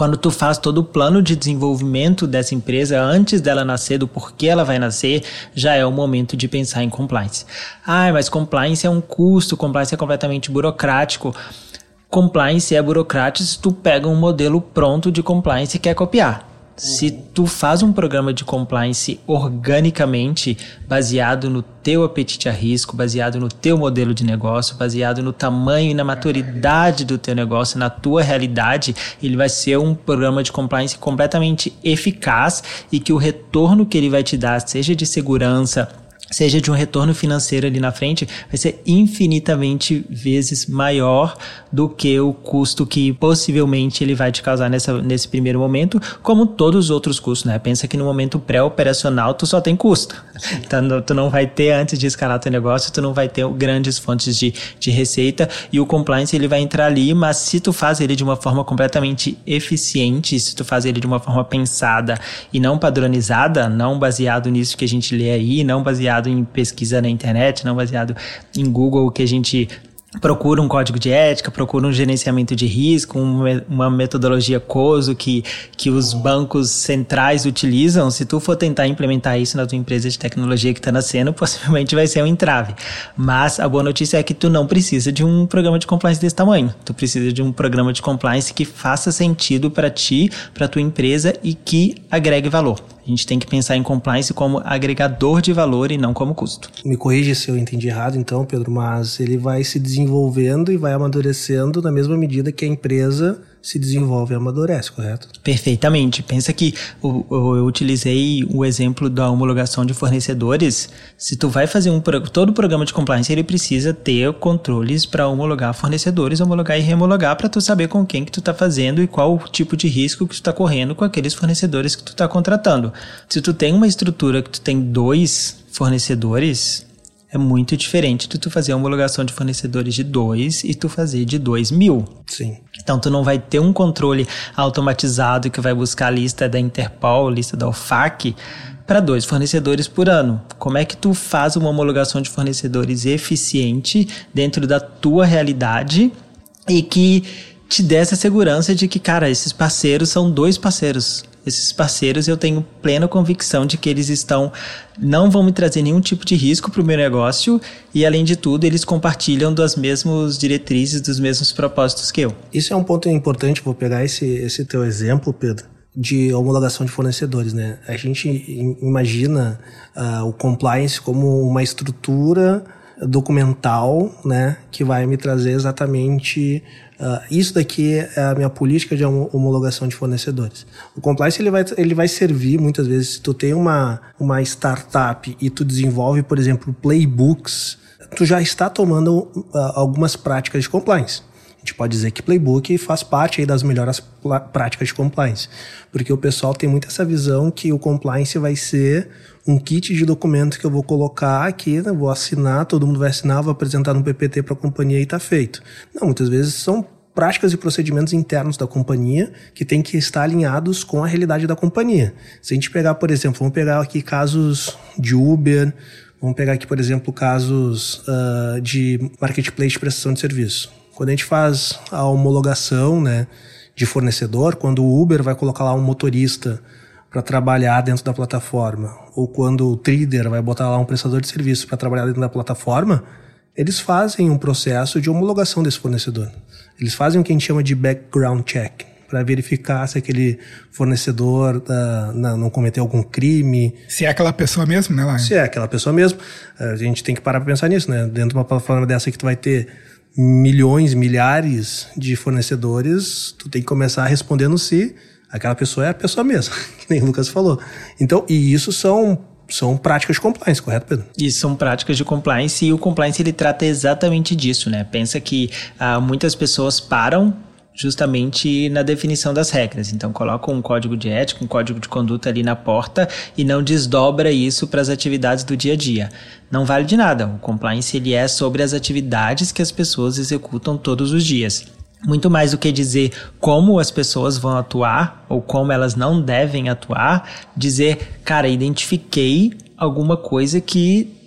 Quando tu faz todo o plano de desenvolvimento dessa empresa antes dela nascer, do porquê ela vai nascer, já é o momento de pensar em compliance. Ah, mas compliance é um custo, compliance é completamente burocrático. Compliance é burocrático se tu pega um modelo pronto de compliance e quer copiar. Se tu faz um programa de compliance organicamente, baseado no teu apetite a risco, baseado no teu modelo de negócio, baseado no tamanho e na maturidade do teu negócio, na tua realidade, ele vai ser um programa de compliance completamente eficaz e que o retorno que ele vai te dar, seja de segurança, seja de um retorno financeiro ali na frente, vai ser infinitamente vezes maior do que o custo que possivelmente ele vai te causar nessa, nesse primeiro momento, como todos os outros custos, né? Pensa que no momento pré-operacional tu só tem custo. Então, tu não vai ter, antes de escalar teu negócio, tu não vai ter grandes fontes de, de receita, e o compliance ele vai entrar ali, mas se tu faz ele de uma forma completamente eficiente, se tu faz ele de uma forma pensada e não padronizada, não baseado nisso que a gente lê aí, não baseado em pesquisa na internet, não baseado em Google, que a gente procura um código de ética, procura um gerenciamento de risco, uma metodologia C O S O que, que os bancos centrais utilizam. Se tu for tentar implementar isso na tua empresa de tecnologia que está nascendo, possivelmente vai ser um entrave. Mas a boa notícia é que tu não precisa de um programa de compliance desse tamanho. Tu precisa de um programa de compliance que faça sentido para ti, para tua empresa e que agregue valor. A gente tem que pensar em compliance como agregador de valor e não como custo. Me corrija se eu entendi errado então, Pedro, mas ele vai se desenvolvendo e vai amadurecendo na mesma medida que a empresa se desenvolve e amadurece, correto? Perfeitamente. Pensa que eu, eu utilizei o exemplo da homologação de fornecedores. Se tu vai fazer um todo o programa de compliance, ele precisa ter controles para homologar fornecedores, homologar e reomologar, para tu saber com quem que tu está fazendo e qual o tipo de risco que tu está correndo com aqueles fornecedores que tu está contratando. Se tu tem uma estrutura que tu tem dois fornecedores, é muito diferente de tu fazer a homologação de fornecedores de dois e tu fazer de dois mil. Sim. Então, tu não vai ter um controle automatizado que vai buscar a lista da Interpol, a lista da O F A C, para dois fornecedores por ano. Como é que tu faz uma homologação de fornecedores eficiente dentro da tua realidade e que te dê essa segurança de que, cara, esses parceiros são dois parceiros. Esses parceiros eu tenho plena convicção de que eles estão, não vão me trazer nenhum tipo de risco para o meu negócio e, além de tudo, eles compartilham das mesmas diretrizes, dos mesmos propósitos que eu. Isso é um ponto importante, vou pegar esse, esse teu exemplo, Pedro, de homologação de fornecedores, né? A gente imagina uh, o compliance como uma estrutura documental, né, que vai me trazer exatamente uh, isso daqui é a minha política de homologação de fornecedores. O compliance ele vai, ele vai servir muitas vezes, se tu tem uma, uma startup e tu desenvolve, por exemplo, playbooks, tu já está tomando uh, algumas práticas de compliance. A gente pode dizer que Playbook faz parte aí das melhores pl- práticas de compliance, porque o pessoal tem muito essa visão que o compliance vai ser um kit de documentos que eu vou colocar aqui, né, vou assinar, todo mundo vai assinar, vou apresentar no P P T para a companhia e está feito. Não, muitas vezes são práticas e procedimentos internos da companhia que têm que estar alinhados com a realidade da companhia. Se a gente pegar, por exemplo, vamos pegar aqui casos de Uber, vamos pegar aqui, por exemplo, casos uh, de marketplace de prestação de serviço. Quando a gente faz a homologação, né, de fornecedor, quando o Uber vai colocar lá um motorista para trabalhar dentro da plataforma, ou quando o trader vai botar lá um prestador de serviço para trabalhar dentro da plataforma, eles fazem um processo de homologação desse fornecedor. Eles fazem o que a gente chama de background check, para verificar se aquele fornecedor uh, não, não cometeu algum crime. Se é aquela pessoa mesmo, né, Lion? Se é aquela pessoa mesmo. A gente tem que parar para pensar nisso, né? Dentro de uma plataforma dessa que tu vai ter milhões, milhares de fornecedores, tu tem que começar respondendo se aquela pessoa é a pessoa mesma, que nem o Lucas falou. Então, e isso são, são práticas de compliance, correto, Pedro? Isso são práticas de compliance e o compliance ele trata exatamente disso, né? Pensa que ah, muitas pessoas param justamente na definição das regras. Então, coloca um código de ética, um código de conduta ali na porta e não desdobra isso para as atividades do dia a dia. Não vale de nada. O compliance ele é sobre as atividades que as pessoas executam todos os dias. Muito mais do que dizer como as pessoas vão atuar ou como elas não devem atuar, dizer, cara, identifiquei alguma coisa que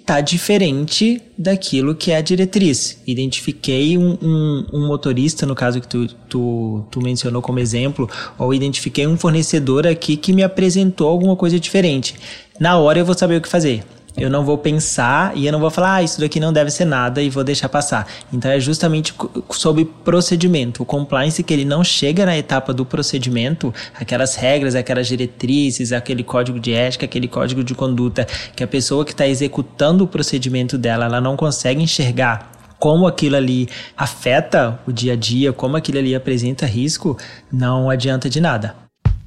tá diferente daquilo que é a diretriz. Identifiquei um, um, um motorista, no caso que tu, tu, tu mencionou como exemplo, ou identifiquei um fornecedor aqui que me apresentou alguma coisa diferente. Na hora eu vou saber o que fazer. Eu não vou pensar e eu não vou falar, ah, isso daqui não deve ser nada e vou deixar passar. Então é justamente sobre procedimento. O compliance que ele não chega na etapa do procedimento, aquelas regras, aquelas diretrizes, aquele código de ética, aquele código de conduta, que a pessoa que está executando o procedimento dela, ela não consegue enxergar como aquilo ali afeta o dia a dia, como aquilo ali apresenta risco, não adianta de nada.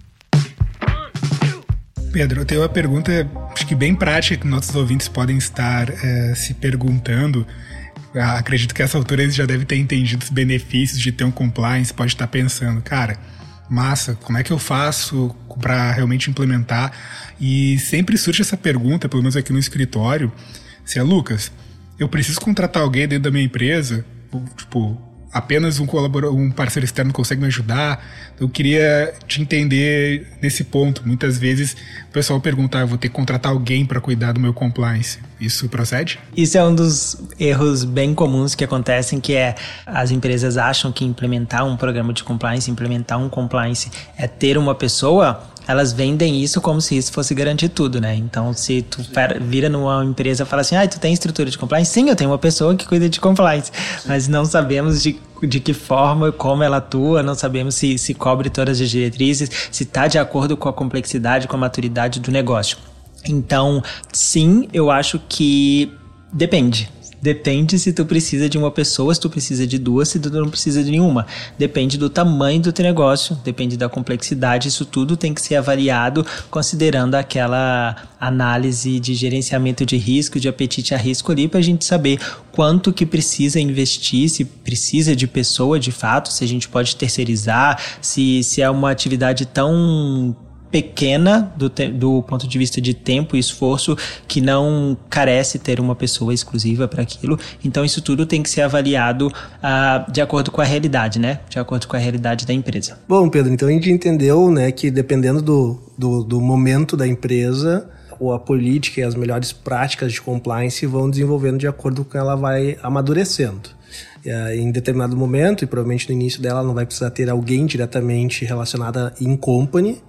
Pedro, eu tenho uma pergunta, acho que bem prática, que nossos ouvintes podem estar é, se perguntando. Ah, acredito que essa altura eles já devem ter entendido os benefícios de ter um compliance, pode estar pensando, cara, massa, como é que eu faço para realmente implementar? E sempre surge essa pergunta, pelo menos aqui no escritório, se é, Lucas, eu preciso contratar alguém dentro da minha empresa, tipo, apenas um, colabora- um parceiro externo consegue me ajudar? Eu queria te entender nesse ponto. Muitas vezes o pessoal pergunta, ah, eu vou ter que contratar alguém para cuidar do meu compliance. Isso procede? Isso é um dos erros bem comuns que acontecem, que é as empresas acham que implementar um programa de compliance, implementar um compliance é ter uma pessoa. Elas vendem isso como se isso fosse garantir tudo, né? Então, se tu vira numa empresa e fala assim, ah, tu tem estrutura de compliance? Sim, eu tenho uma pessoa que cuida de compliance, mas não sabemos de, de que forma, como ela atua, não sabemos se, se cobre todas as diretrizes, se está de acordo com a complexidade, com a maturidade do negócio. Então, sim, eu acho que depende. Depende se tu precisa de uma pessoa, se tu precisa de duas, se tu não precisa de nenhuma. Depende do tamanho do teu negócio, depende da complexidade. Isso tudo tem que ser avaliado considerando aquela análise de gerenciamento de risco, de apetite a risco ali, para a gente saber quanto que precisa investir, se precisa de pessoa de fato, se a gente pode terceirizar, se, se é uma atividade tão pequena do, te- do ponto de vista de tempo e esforço que não carece ter uma pessoa exclusiva para aquilo. Então isso tudo tem que ser avaliado uh, de acordo com a realidade, né? De acordo com a realidade da empresa. Bom, Pedro, então a gente entendeu, né, que dependendo do, do, do momento da empresa, ou a política e as melhores práticas de compliance vão desenvolvendo de acordo com que ela vai amadurecendo. Em determinado momento, e provavelmente no início dela não vai precisar ter alguém diretamente relacionado em company,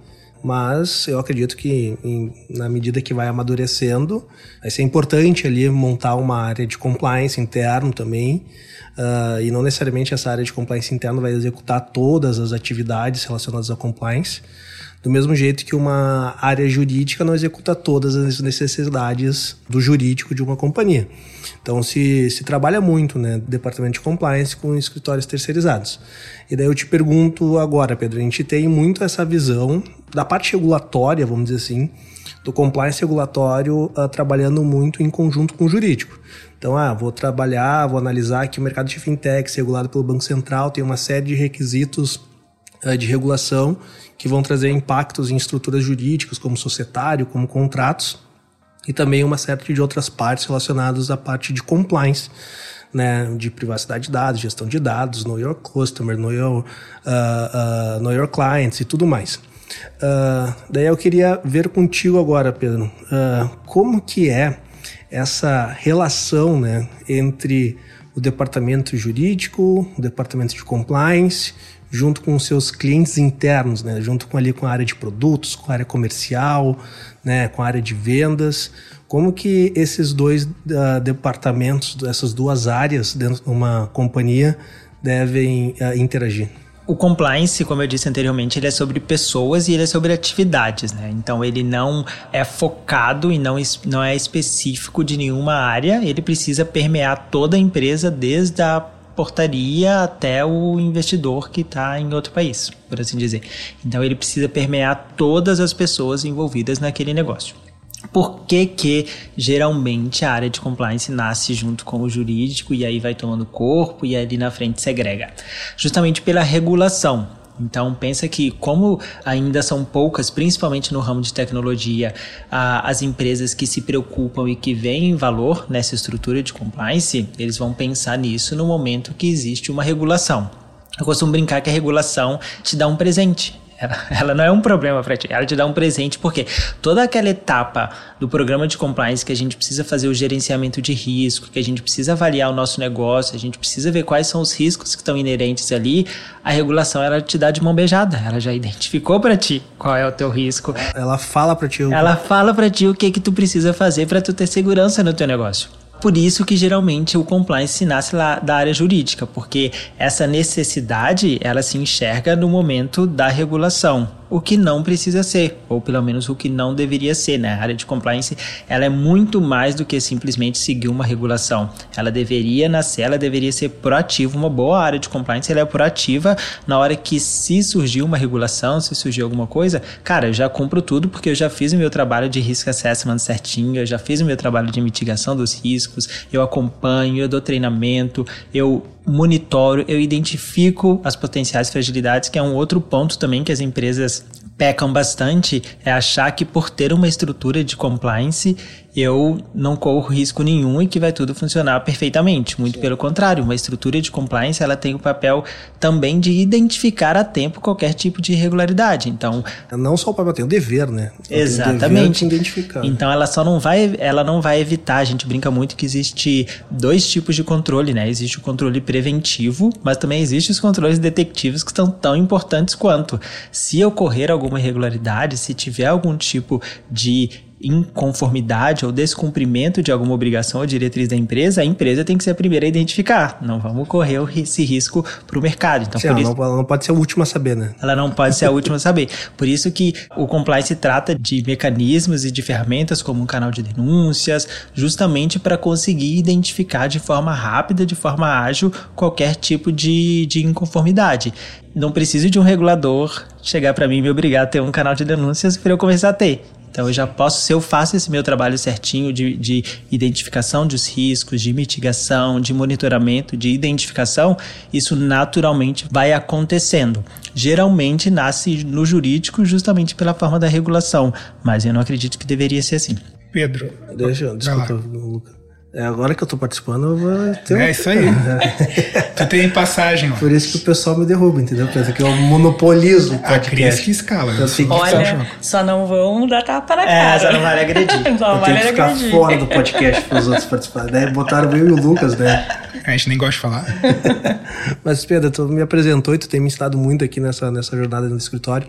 mas eu acredito que em, na medida que vai amadurecendo, vai ser importante ali montar uma área de compliance interno também, uh, e não necessariamente essa área de compliance interno vai executar todas as atividades relacionadas a compliance, do mesmo jeito que uma área jurídica não executa todas as necessidades do jurídico de uma companhia. Então se, se trabalha muito, né, departamento de compliance com escritórios terceirizados. E daí eu te pergunto agora, Pedro, a gente tem muito essa visão da parte regulatória, vamos dizer assim, do compliance regulatório uh, trabalhando muito em conjunto com o jurídico. Então, ah, vou trabalhar, vou analisar que o mercado de fintechs regulado pelo Banco Central tem uma série de requisitos uh, de regulação que vão trazer impactos em estruturas jurídicas, como societário, como contratos, e também uma série de outras partes relacionadas à parte de compliance, né, de privacidade de dados, gestão de dados, know your customer, know your, uh, uh, know your clients e tudo mais. Uh, daí eu queria ver contigo agora, Pedro, uh, como que é essa relação, né, entre o departamento jurídico, o departamento de compliance, junto com os seus clientes internos, né, junto com ali com a área de produtos, com a área comercial, né, com a área de vendas. Como que esses dois uh, departamentos, essas duas áreas dentro de uma companhia devem uh, interagir? O compliance, como eu disse anteriormente, ele é sobre pessoas e ele é sobre atividades, né? Então ele não é focado e não, não é específico de nenhuma área, ele precisa permear toda a empresa, desde a portaria até o investidor que está em outro país, por assim dizer. Então ele precisa permear todas as pessoas envolvidas naquele negócio. Por que que geralmente a área de compliance nasce junto com o jurídico e aí vai tomando corpo e ali na frente segrega? Justamente pela regulação. Então pensa que como ainda são poucas, principalmente no ramo de tecnologia, as empresas que se preocupam e que veem valor nessa estrutura de compliance, eles vão pensar nisso no momento que existe uma regulação. Eu costumo brincar que a regulação te dá um presente. Ela, ela não é um problema para ti, ela te dá um presente, porque toda aquela etapa do programa de compliance que a gente precisa fazer o gerenciamento de risco, que a gente precisa avaliar o nosso negócio, a gente precisa ver quais são os riscos que estão inerentes ali, a regulação ela te dá de mão beijada, ela já identificou para ti qual é o teu risco. Ela fala para ti. Ela fala para ti o que que tu precisa fazer para tu ter segurança no teu negócio. Por isso que geralmente o compliance nasce lá da área jurídica, porque essa necessidade ela se enxerga no momento da regulação, o que não precisa ser, ou pelo menos o que não deveria ser, né? A área de compliance ela é muito mais do que simplesmente seguir uma regulação. Ela deveria nascer, ela deveria ser proativa. Uma boa área de compliance ela é proativa na hora que se surgir uma regulação, se surgir alguma coisa, cara, eu já cumpro tudo porque eu já fiz o meu trabalho de risk assessment certinho, eu já fiz o meu trabalho de mitigação dos riscos, eu acompanho, eu dou treinamento, eu monitoro, eu identifico as potenciais fragilidades, que é um outro ponto também que as empresas pecam bastante, é achar que por ter uma estrutura de compliance eu não corro risco nenhum e que vai tudo funcionar perfeitamente. Muito pelo contrário, uma estrutura de compliance ela tem o papel também de identificar a tempo qualquer tipo de irregularidade. Então, não só o papel, tem o dever, né? Exatamente. Tem o dever de identificar. Então ela só não vai, ela não vai evitar. A gente brinca muito que existe dois tipos de controle, né? Existe o controle preventivo, mas também existem os controles detectivos que são tão importantes quanto. Se ocorrer alguma irregularidade, se tiver algum tipo de inconformidade ou descumprimento de alguma obrigação ou diretriz da empresa, a empresa tem que ser a primeira a identificar. Não vamos correr esse risco para o mercado. Então, Sim, por ela, isso, não, ela não pode ser a última a saber, né? Ela não pode ser a última a saber. Por isso que o compliance trata de mecanismos e de ferramentas como um canal de denúncias, justamente para conseguir identificar de forma rápida, de forma ágil, qualquer tipo de, de inconformidade. Não preciso de um regulador chegar para mim e me obrigar a ter um canal de denúncias para eu começar a ter. Então eu já posso, se eu faço esse meu trabalho certinho de, de identificação dos riscos, de mitigação, de monitoramento, de identificação, isso naturalmente vai acontecendo. Geralmente nasce no jurídico justamente pela forma da regulação, mas eu não acredito que deveria ser assim. Pedro. Deixa, desculpa, Luca. É, agora que eu tô participando, eu vou ter um... É isso aí. Tu tem passagem, ó. Por isso que o pessoal me derruba, entendeu? Pensa que eu monopolizo o podcast. A Cris que escala. Eu tenho que Olha, ficar... só não vão dar tapa na É, cara. só não vale agredir. Não eu vale tenho que ficar agredir. fora do podcast para os outros participarem. Daí botaram eu e o Lucas, né? A gente nem gosta de falar. Mas, Pedro, tu me apresentou e tu tem me ensinado muito aqui nessa, nessa jornada no escritório.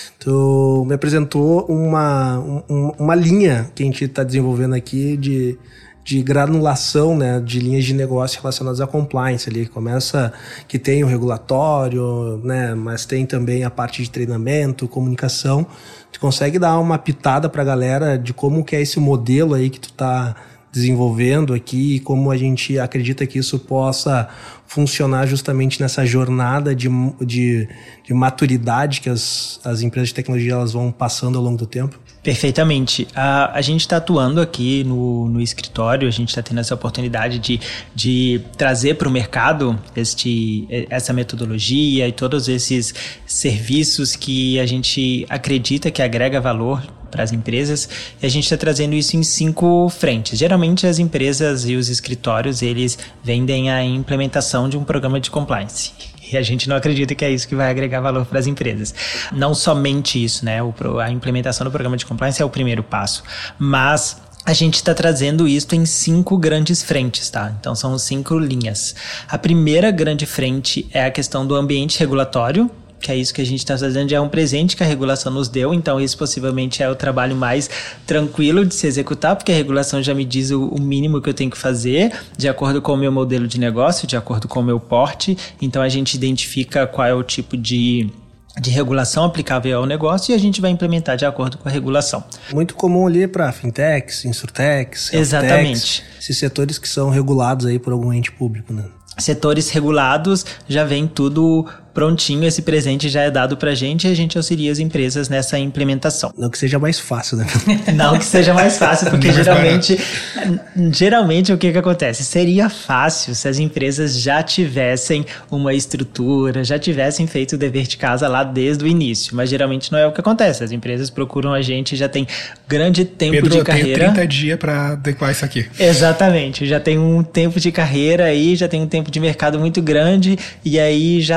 Tu me apresentou uma, um, uma linha que a gente está desenvolvendo aqui de... de granulação, né, de linhas de negócio relacionadas à compliance ali. Começa que tem o regulatório, né, mas tem também a parte de treinamento, comunicação. Tu consegue dar uma pitada pra galera de como que é esse modelo aí que tu tá desenvolvendo aqui e como a gente acredita que isso possa funcionar justamente nessa jornada de, de, de maturidade que as, as empresas de tecnologia elas vão passando ao longo do tempo? Perfeitamente. A, a gente está atuando aqui no, no escritório, a gente está tendo essa oportunidade de, de trazer para o mercado este, essa metodologia e todos esses serviços que a gente acredita que agrega valor para as empresas, e a gente está trazendo isso em cinco frentes. Geralmente as empresas e os escritórios, eles vendem a implementação de um programa de compliance. E a gente não acredita que é isso que vai agregar valor para as empresas. Não somente isso, né? O, a implementação do programa de compliance é o primeiro passo, mas a gente está trazendo isso em cinco grandes frentes, tá? Então são cinco linhas. A primeira grande frente é a questão do ambiente regulatório, que é isso que a gente está fazendo, já é um presente que a regulação nos deu, então isso possivelmente é o trabalho mais tranquilo de se executar, porque a regulação já me diz o, o mínimo que eu tenho que fazer, de acordo com o meu modelo de negócio, de acordo com o meu porte, então a gente identifica qual é o tipo de... de regulação aplicável ao negócio e a gente vai implementar de acordo com a regulação. Muito comum ali para fintechs, insurtechs, Exatamente. Esses setores que são regulados aí por algum ente público, né? Setores regulados, já vem tudo prontinho, esse presente já é dado pra gente e a gente auxilia as empresas nessa implementação. Não que seja mais fácil, né? Não que seja mais fácil, porque geralmente, geralmente o que que acontece? Seria fácil se as empresas já tivessem uma estrutura, já tivessem feito o dever de casa lá desde o início, mas geralmente não é o que acontece. As empresas procuram a gente, já tem grande tempo Pedro, de carreira. Pedro, eu tenho trinta dias pra adequar isso aqui. Exatamente, já tem um tempo de carreira aí, já tem um tempo de mercado muito grande e aí já tá batendo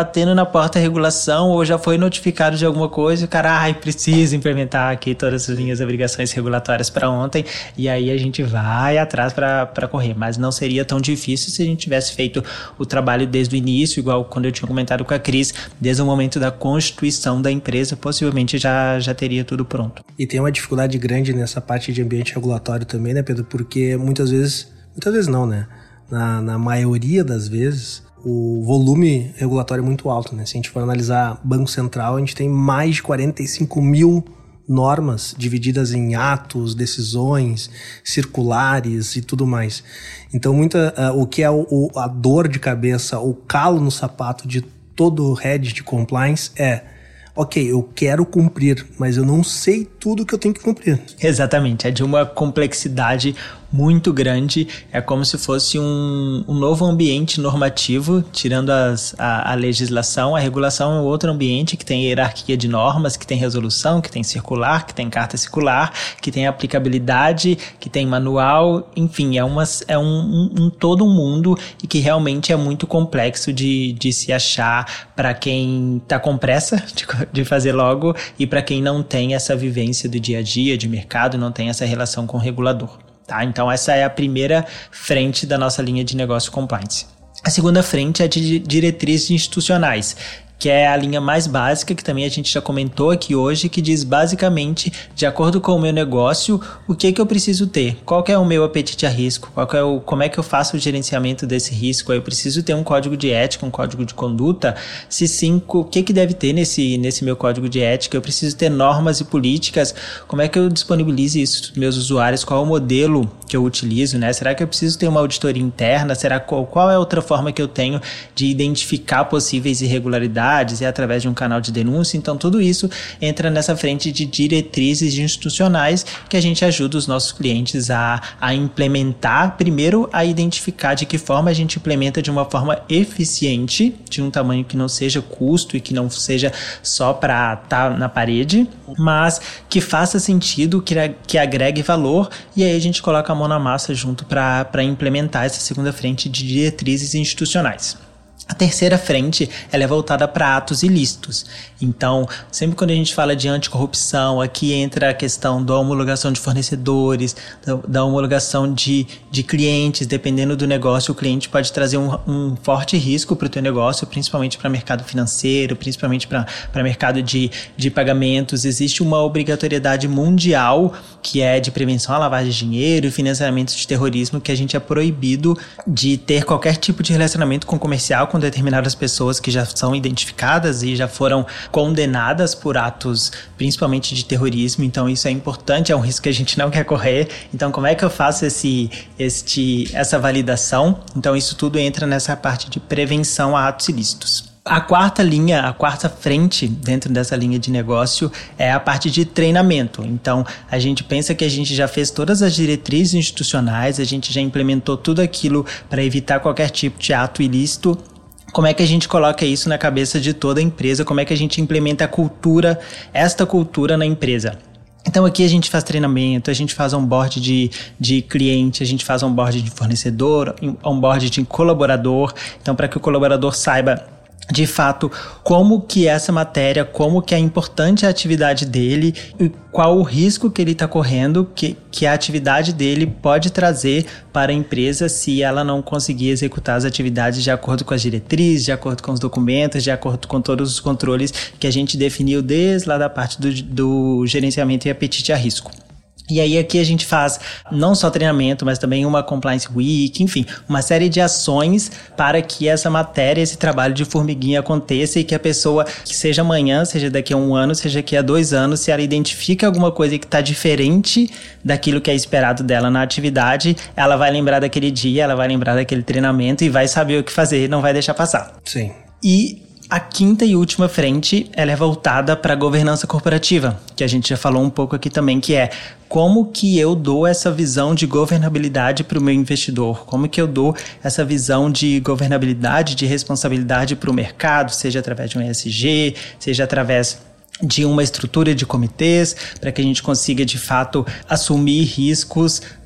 batendo na porta da regulação ou já foi notificado de alguma coisa, o cara, ai, precisa implementar aqui todas as linhas de obrigações regulatórias para ontem, e aí a gente vai atrás para correr. Mas não seria tão difícil se a gente tivesse feito o trabalho desde o início, igual quando eu tinha comentado com a Cris, desde o momento da constituição da empresa, possivelmente já, já teria tudo pronto. E tem uma dificuldade grande nessa parte de ambiente regulatório também, né, Pedro? Porque muitas vezes, muitas vezes não, né? Na, na maioria das vezes, o volume regulatório é muito alto, né? Se a gente for analisar Banco Central, a gente tem mais de quarenta e cinco mil normas divididas em atos, decisões, circulares e tudo mais. Então, muita, uh, o que é o, o, a dor de cabeça, o calo no sapato de todo head de compliance é: ok, eu quero cumprir, mas eu não sei tudo que eu tenho que cumprir. Exatamente, é de uma complexidade muito grande, é como se fosse um, um novo ambiente normativo, tirando as, a, a legislação. A regulação é um outro ambiente que tem hierarquia de normas, que tem resolução, que tem circular, que tem carta circular, que tem aplicabilidade, que tem manual, enfim, é, uma, é um, um, um todo um mundo e que realmente é muito complexo de, de se achar para quem está com pressa de, de fazer logo e para quem não tem essa vivência do dia a dia, de mercado, não tem essa relação com o regulador. Tá? Então essa é a primeira frente da nossa linha de negócio compliance. A segunda frente é de diretrizes institucionais, que é a linha mais básica, que também a gente já comentou aqui hoje, que diz basicamente, de acordo com o meu negócio, o que que eu preciso ter, qual que é o meu apetite a risco, qual que é o, como é que eu faço o gerenciamento desse risco, eu preciso ter um código de ética, um código de conduta, se sim, o que que deve ter nesse, nesse meu código de ética, eu preciso ter normas e políticas, como é que eu disponibilizo isso para os meus usuários, qual é o modelo que eu utilizo, né? Será que eu preciso ter uma auditoria interna, será qual, qual é a outra forma que eu tenho de identificar possíveis irregularidades, e através de um canal de denúncia? Então tudo isso entra nessa frente de diretrizes institucionais que a gente ajuda os nossos clientes a, a implementar, primeiro a identificar de que forma a gente implementa de uma forma eficiente, de um tamanho que não seja custo e que não seja só para estar tá na parede, mas que faça sentido, que, que agregue valor, e aí a gente coloca a mão na massa junto para implementar essa segunda frente de diretrizes institucionais. A terceira frente, ela é voltada para atos ilícitos. Então, sempre quando a gente fala de anticorrupção, aqui entra a questão da homologação de fornecedores, da, da homologação de, de clientes. Dependendo do negócio, o cliente pode trazer um, um forte risco para o teu negócio, principalmente para mercado financeiro, principalmente para mercado de, de pagamentos. Existe uma obrigatoriedade mundial que é de prevenção à lavagem de dinheiro e financiamento de terrorismo, que a gente é proibido de ter qualquer tipo de relacionamento com comercial com determinadas pessoas que já são identificadas e já foram condenadas por atos principalmente de terrorismo. Então isso é importante, é um risco que a gente não quer correr. Então como é que eu faço esse, este, essa validação? Então isso tudo entra nessa parte de prevenção a atos ilícitos. A quarta linha, a quarta frente dentro dessa linha de negócio é a parte de treinamento. Então, a gente pensa que a gente já fez todas as diretrizes institucionais, a gente já implementou tudo aquilo para evitar qualquer tipo de ato ilícito. Como é que a gente coloca isso na cabeça de toda a empresa? Como é que a gente implementa a cultura, esta cultura na empresa? Então aqui a gente faz treinamento, a gente faz onboard de, de cliente, a gente faz onboard de fornecedor, onboard de colaborador. Então para que o colaborador saiba de fato como que essa matéria, como que é importante a atividade dele e qual o risco que ele está correndo, que, que a atividade dele pode trazer para a empresa se ela não conseguir executar as atividades de acordo com as diretrizes, de acordo com os documentos, de acordo com todos os controles que a gente definiu desde lá da parte do, do gerenciamento e apetite a risco. E aí aqui a gente faz não só treinamento, mas também uma Compliance Week, enfim, uma série de ações para que essa matéria, esse trabalho de formiguinha aconteça e que a pessoa, que seja amanhã, seja daqui a um ano, seja daqui a dois anos, se ela identifica alguma coisa que está diferente daquilo que é esperado dela na atividade, ela vai lembrar daquele dia, ela vai lembrar daquele treinamento e vai saber o que fazer, não vai deixar passar. Sim. E a quinta e última frente, ela é voltada para a governança corporativa, que a gente já falou um pouco aqui também, que é como que eu dou essa visão de governabilidade para o meu investidor, como que eu dou essa visão de governabilidade, de responsabilidade para o mercado, seja através de um E S G, seja através de uma estrutura de comitês, para que a gente consiga de fato assumir riscos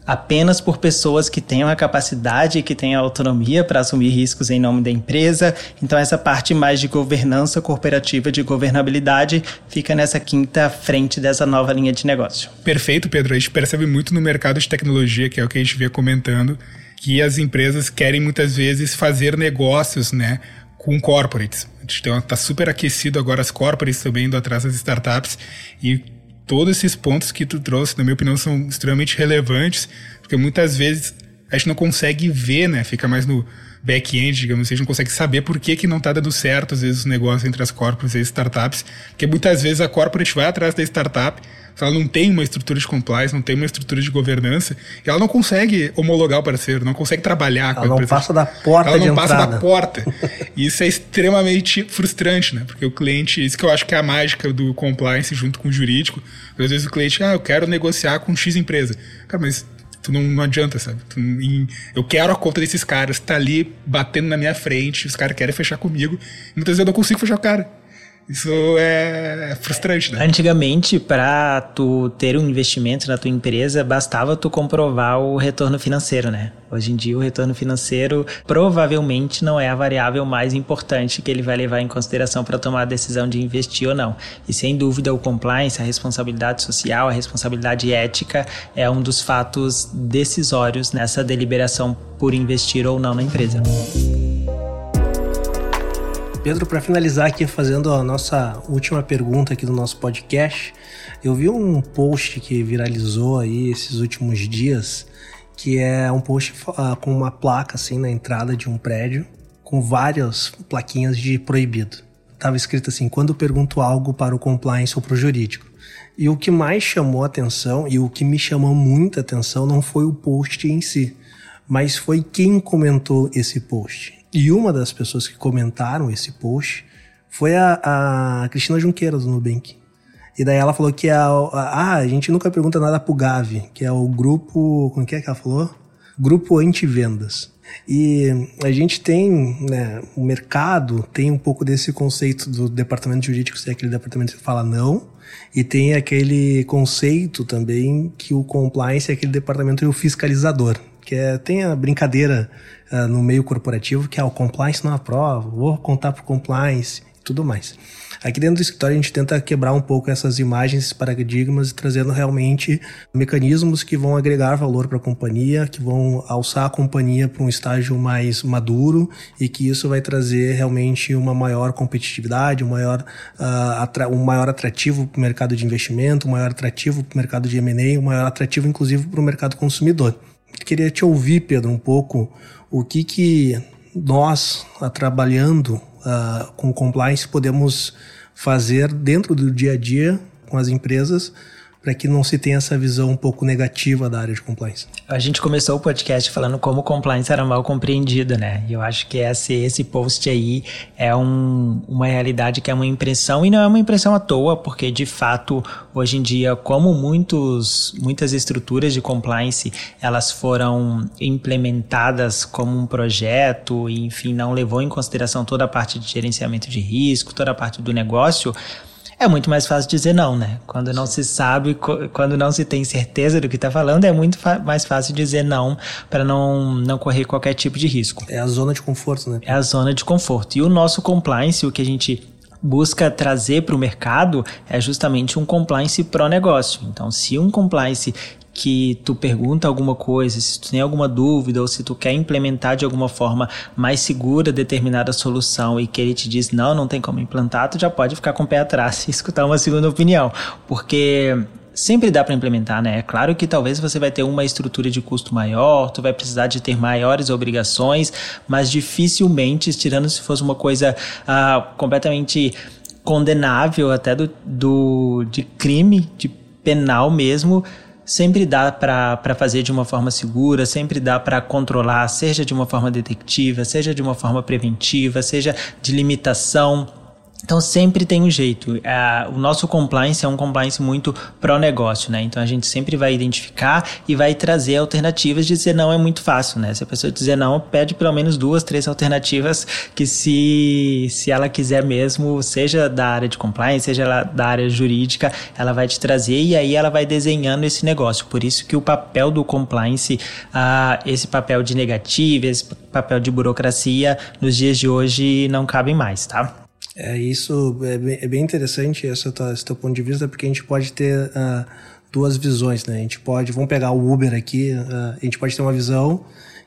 apenas por pessoas que tenham a capacidade e que tenham a autonomia para assumir riscos em nome da empresa. Então essa parte mais de governança corporativa, de governabilidade, fica nessa quinta frente dessa nova linha de negócio. Perfeito, Pedro. A gente percebe muito no mercado de tecnologia, que é o que a gente vê comentando, que as empresas querem muitas vezes fazer negócios, né, com corporates. A gente está super aquecido agora, as corporates também indo atrás das startups, e todos esses pontos que tu trouxe, na minha opinião, são extremamente relevantes, porque muitas vezes a gente não consegue ver, né? Fica mais no back-end, digamos assim, a gente não consegue saber por que que não está dando certo, às vezes, os negócios entre as corporates e as startups, porque muitas vezes a corporate vai atrás da startup, ela não tem uma estrutura de compliance, não tem uma estrutura de governança, e ela não consegue homologar o parceiro, não consegue trabalhar com a empresa. Ela não passa da porta de entrada. Ela não passa da porta. E isso é extremamente frustrante, né? Porque o cliente, isso que eu acho que é a mágica do compliance junto com o jurídico, às vezes o cliente, ah, eu quero negociar com X empresa. Cara, mas tu não, não adianta, sabe? Tu, em, eu quero a conta desses caras, tá ali batendo na minha frente, os caras querem fechar comigo, e muitas vezes eu não consigo fechar o cara. Isso é frustrante, né? Antigamente, para tu ter um investimento na tua empresa, bastava tu comprovar o retorno financeiro, né? Hoje em dia, o retorno financeiro provavelmente não é a variável mais importante que ele vai levar em consideração para tomar a decisão de investir ou não. E sem dúvida, o compliance, a responsabilidade social, a responsabilidade ética é um dos fatos decisórios nessa deliberação por investir ou não na empresa. Pedro, para finalizar aqui, fazendo a nossa última pergunta aqui do nosso podcast, eu vi um post que viralizou aí esses últimos dias, que é um post uh, com uma placa assim na entrada de um prédio, com várias plaquinhas de proibido. Tava escrito assim, quando pergunto algo para o compliance ou para o jurídico. E o que mais chamou a atenção, e o que me chamou muita atenção, não foi o post em si, mas foi quem comentou esse post. E uma das pessoas que comentaram esse post foi a, a Cristina Junqueira, do Nubank. E daí ela falou que a, a, a gente nunca pergunta nada pro Gavi, que é o grupo... Como que é que ela falou? Grupo Antivendas. E a gente tem, né, o mercado tem um pouco desse conceito do departamento jurídico ser aquele departamento que fala não, e tem aquele conceito também que o compliance é aquele departamento e o fiscalizador. Que é, tem a brincadeira uh, no meio corporativo que é o compliance não aprova, vou contar pro compliance e tudo mais. Aqui dentro do escritório a gente tenta quebrar um pouco essas imagens, esses paradigmas, trazendo realmente mecanismos que vão agregar valor para a companhia, que vão alçar a companhia para um estágio mais maduro e que isso vai trazer realmente uma maior competitividade, um maior, uh, atra- um maior atrativo para o mercado de investimento, um maior atrativo para o mercado de M and A, um maior atrativo inclusive para o mercado consumidor. Queria te ouvir, Pedro, um pouco o que, que nós, trabalhando uh, com compliance, podemos fazer dentro do dia a dia com as empresas para que não se tenha essa visão um pouco negativa da área de compliance. A gente começou o podcast falando como compliance era mal compreendido, né? E eu acho que esse, esse post aí é um, uma realidade que é uma impressão, e não é uma impressão à toa, porque de fato, hoje em dia, como muitos, muitas estruturas de compliance, elas foram implementadas como um projeto e, enfim, não levou em consideração toda a parte de gerenciamento de risco, toda a parte do negócio, é muito mais fácil dizer não, né? Quando não se sabe, quando não se tem certeza do que está falando, é muito fa- mais fácil dizer não para não, não correr qualquer tipo de risco. É a zona de conforto, né? É a zona de conforto. E o nosso compliance, o que a gente busca trazer para o mercado é justamente um compliance pró-negócio. Então, se um compliance que tu pergunta alguma coisa, se tu tem alguma dúvida ou se tu quer implementar de alguma forma mais segura determinada solução e que ele te diz não, não tem como implantar, tu já pode ficar com o pé atrás e escutar uma segunda opinião, porque sempre dá para implementar, né? É claro que talvez você vai ter uma estrutura de custo maior, tu vai precisar de ter maiores obrigações, mas dificilmente, tirando se fosse uma coisa ah, completamente condenável até do, do, de crime, de penal mesmo, sempre dá para fazer de uma forma segura, sempre dá para controlar, seja de uma forma detectiva, seja de uma forma preventiva, seja de limitação. Então sempre tem um jeito. Uh, o nosso compliance é um compliance muito pró-negócio, né? Então a gente sempre vai identificar e vai trazer alternativas. Dizer não é muito fácil, né? Se a pessoa dizer não, pede pelo menos duas, três alternativas que se, se ela quiser mesmo, seja da área de compliance, seja da área jurídica, ela vai te trazer e aí ela vai desenhando esse negócio. Por isso que o papel do compliance, uh, esse papel de negativa, esse papel de burocracia, nos dias de hoje não cabe mais, tá? É, isso é bem, é bem interessante, esse teu, esse teu ponto de vista, porque a gente pode ter uh, duas visões, né? A gente pode, vamos pegar o Uber aqui, uh, a gente pode ter uma visão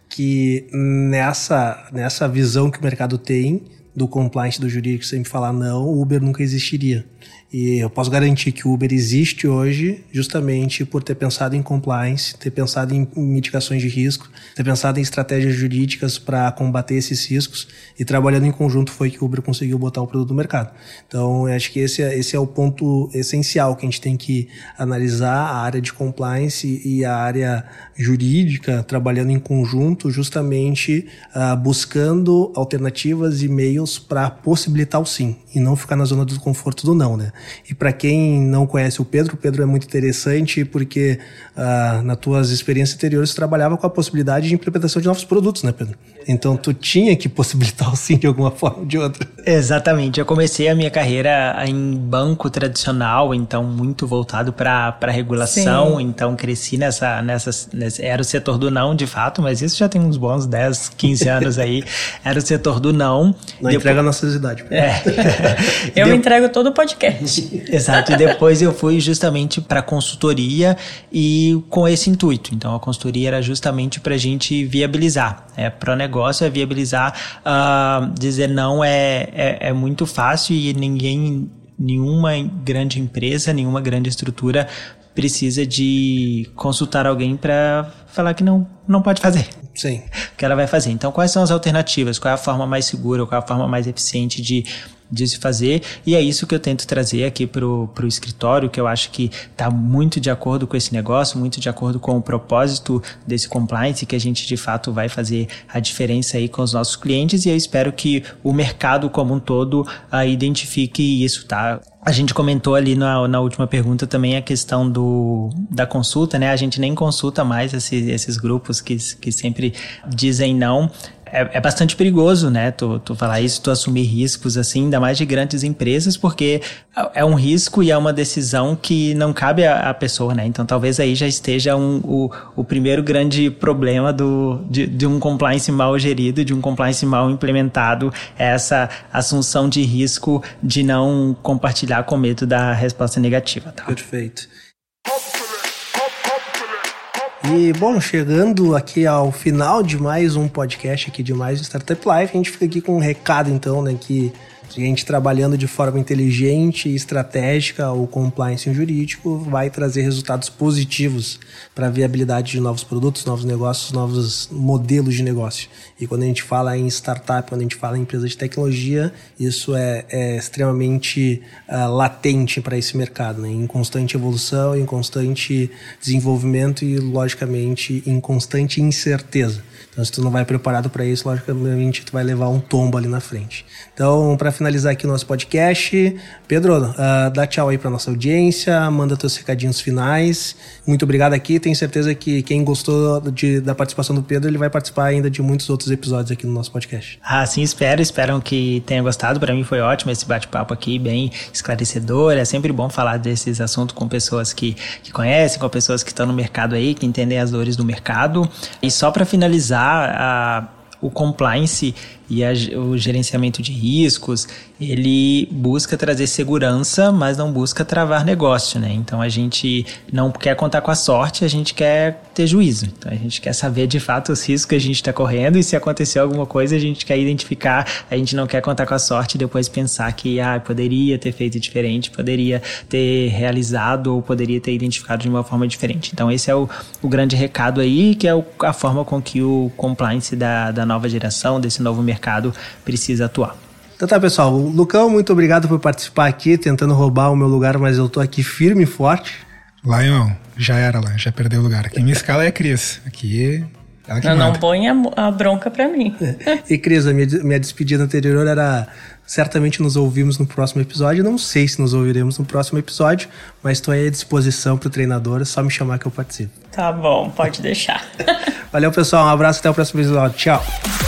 que nessa, nessa visão que o mercado tem do compliance, do jurídico, sempre falar não, o Uber nunca existiria. E eu posso garantir que o Uber existe hoje justamente por ter pensado em compliance, ter pensado em mitigações de risco, ter pensado em estratégias jurídicas para combater esses riscos, e trabalhando em conjunto foi que o Uber conseguiu botar o produto no mercado. Então, eu acho que esse é, esse é o ponto essencial que a gente tem que analisar, a área de compliance e a área jurídica trabalhando em conjunto, justamente uh, buscando alternativas e meios para possibilitar o sim, e não ficar na zona do conforto do não, né? E para quem não conhece o Pedro, o Pedro é muito interessante porque uh, nas tuas experiências anteriores você trabalhava com a possibilidade de implementação de novos produtos, né, Pedro? Então tu tinha que possibilitar o sim de alguma forma ou de outra. Exatamente, eu comecei a minha carreira em banco tradicional, então muito voltado para para regulação, sim. Então cresci nessa, nessa, nessa, era o setor do não de fato, mas isso já tem uns bons dez, quinze anos aí, era o setor do não. Não Depois... entrega a nossa idade. É. Eu Deu... entrego todo o podcast. Exato, e depois eu fui justamente para consultoria e com esse intuito. Então a consultoria era justamente para a gente viabilizar, é, para o negócio é viabilizar, uh, dizer não é, é, é muito fácil e ninguém, nenhuma grande empresa, nenhuma grande estrutura precisa de consultar alguém para falar que não, não pode fazer. Sim. O que ela vai fazer. Então, quais são as alternativas? Qual é a forma mais segura? Qual é a forma mais eficiente de, de se fazer? E é isso que eu tento trazer aqui pro, pro escritório, que eu acho que está muito de acordo com esse negócio, muito de acordo com o propósito desse compliance, que a gente, de fato, vai fazer a diferença aí com os nossos clientes, e eu espero que o mercado como um todo uh, identifique isso, tá? A gente comentou ali na, na última pergunta também a questão do, da consulta, né? A gente nem consulta mais esses, esses grupos que, que sempre dizem não. É, é bastante perigoso, né? Tu, tu falar isso, tu assumir riscos, assim, ainda mais de grandes empresas, porque é um risco e é uma decisão que não cabe à, à pessoa, né? Então, talvez aí já esteja um, o, o primeiro grande problema do, de, de um compliance mal gerido, de um compliance mal implementado, é essa assunção de risco de não compartilhar com medo da resposta negativa, tá? Perfeito. E, bom, chegando aqui ao final de mais um podcast aqui de mais um Startup Life, a gente fica aqui com um recado, então, né, que a gente trabalhando de forma inteligente e estratégica o compliance jurídico vai trazer resultados positivos para a viabilidade de novos produtos, novos negócios, novos modelos de negócio. E quando a gente fala em startup, quando a gente fala em empresa de tecnologia, isso é, é extremamente uh, latente para esse mercado, né? Em constante evolução, em constante desenvolvimento e, logicamente, em constante incerteza. Então, se tu não vai preparado para isso, logicamente, tu vai levar um tombo ali na frente. Então, para finalizar aqui o nosso podcast, Pedro, uh, dá tchau aí para nossa audiência, manda teus recadinhos finais. Muito obrigado aqui. Tenho certeza que quem gostou de, da participação do Pedro, ele vai participar ainda de muitos outros episódios aqui no nosso podcast. Ah, sim, espero. Espero que tenha gostado. Para mim foi ótimo esse bate-papo aqui, bem esclarecedor. É sempre bom falar desses assuntos com pessoas que, que conhecem, com pessoas que estão no mercado aí, que entendem as dores do mercado. E só para finalizar, a, o compliance e a, o gerenciamento de riscos, ele busca trazer segurança, mas não busca travar negócio, né? Então a gente não quer contar com a sorte, a gente quer ter juízo. Então a gente quer saber de fato os riscos que a gente está correndo, e se acontecer alguma coisa a gente quer identificar, a gente não quer contar com a sorte e depois pensar que ah, poderia ter feito diferente, poderia ter realizado ou poderia ter identificado de uma forma diferente. Então esse é o, o grande recado aí, que é o, a forma com que o compliance da, da nova geração, desse novo mercado, precisa atuar. Então tá, pessoal. Lucão, muito obrigado por participar aqui, tentando roubar o meu lugar, mas eu tô aqui firme e forte. Lion, já era lá, já perdeu o lugar. Aqui minha escala é a Cris. Aqui Não, não põe a, a bronca pra mim. É. E Cris, a minha, minha despedida anterior era... Certamente nos ouvimos no próximo episódio. Não sei se nos ouviremos no próximo episódio, mas estou aí à disposição para o treinador. É só me chamar que eu participo. Tá bom, pode deixar. Valeu, pessoal. Um abraço, até o próximo episódio. Tchau.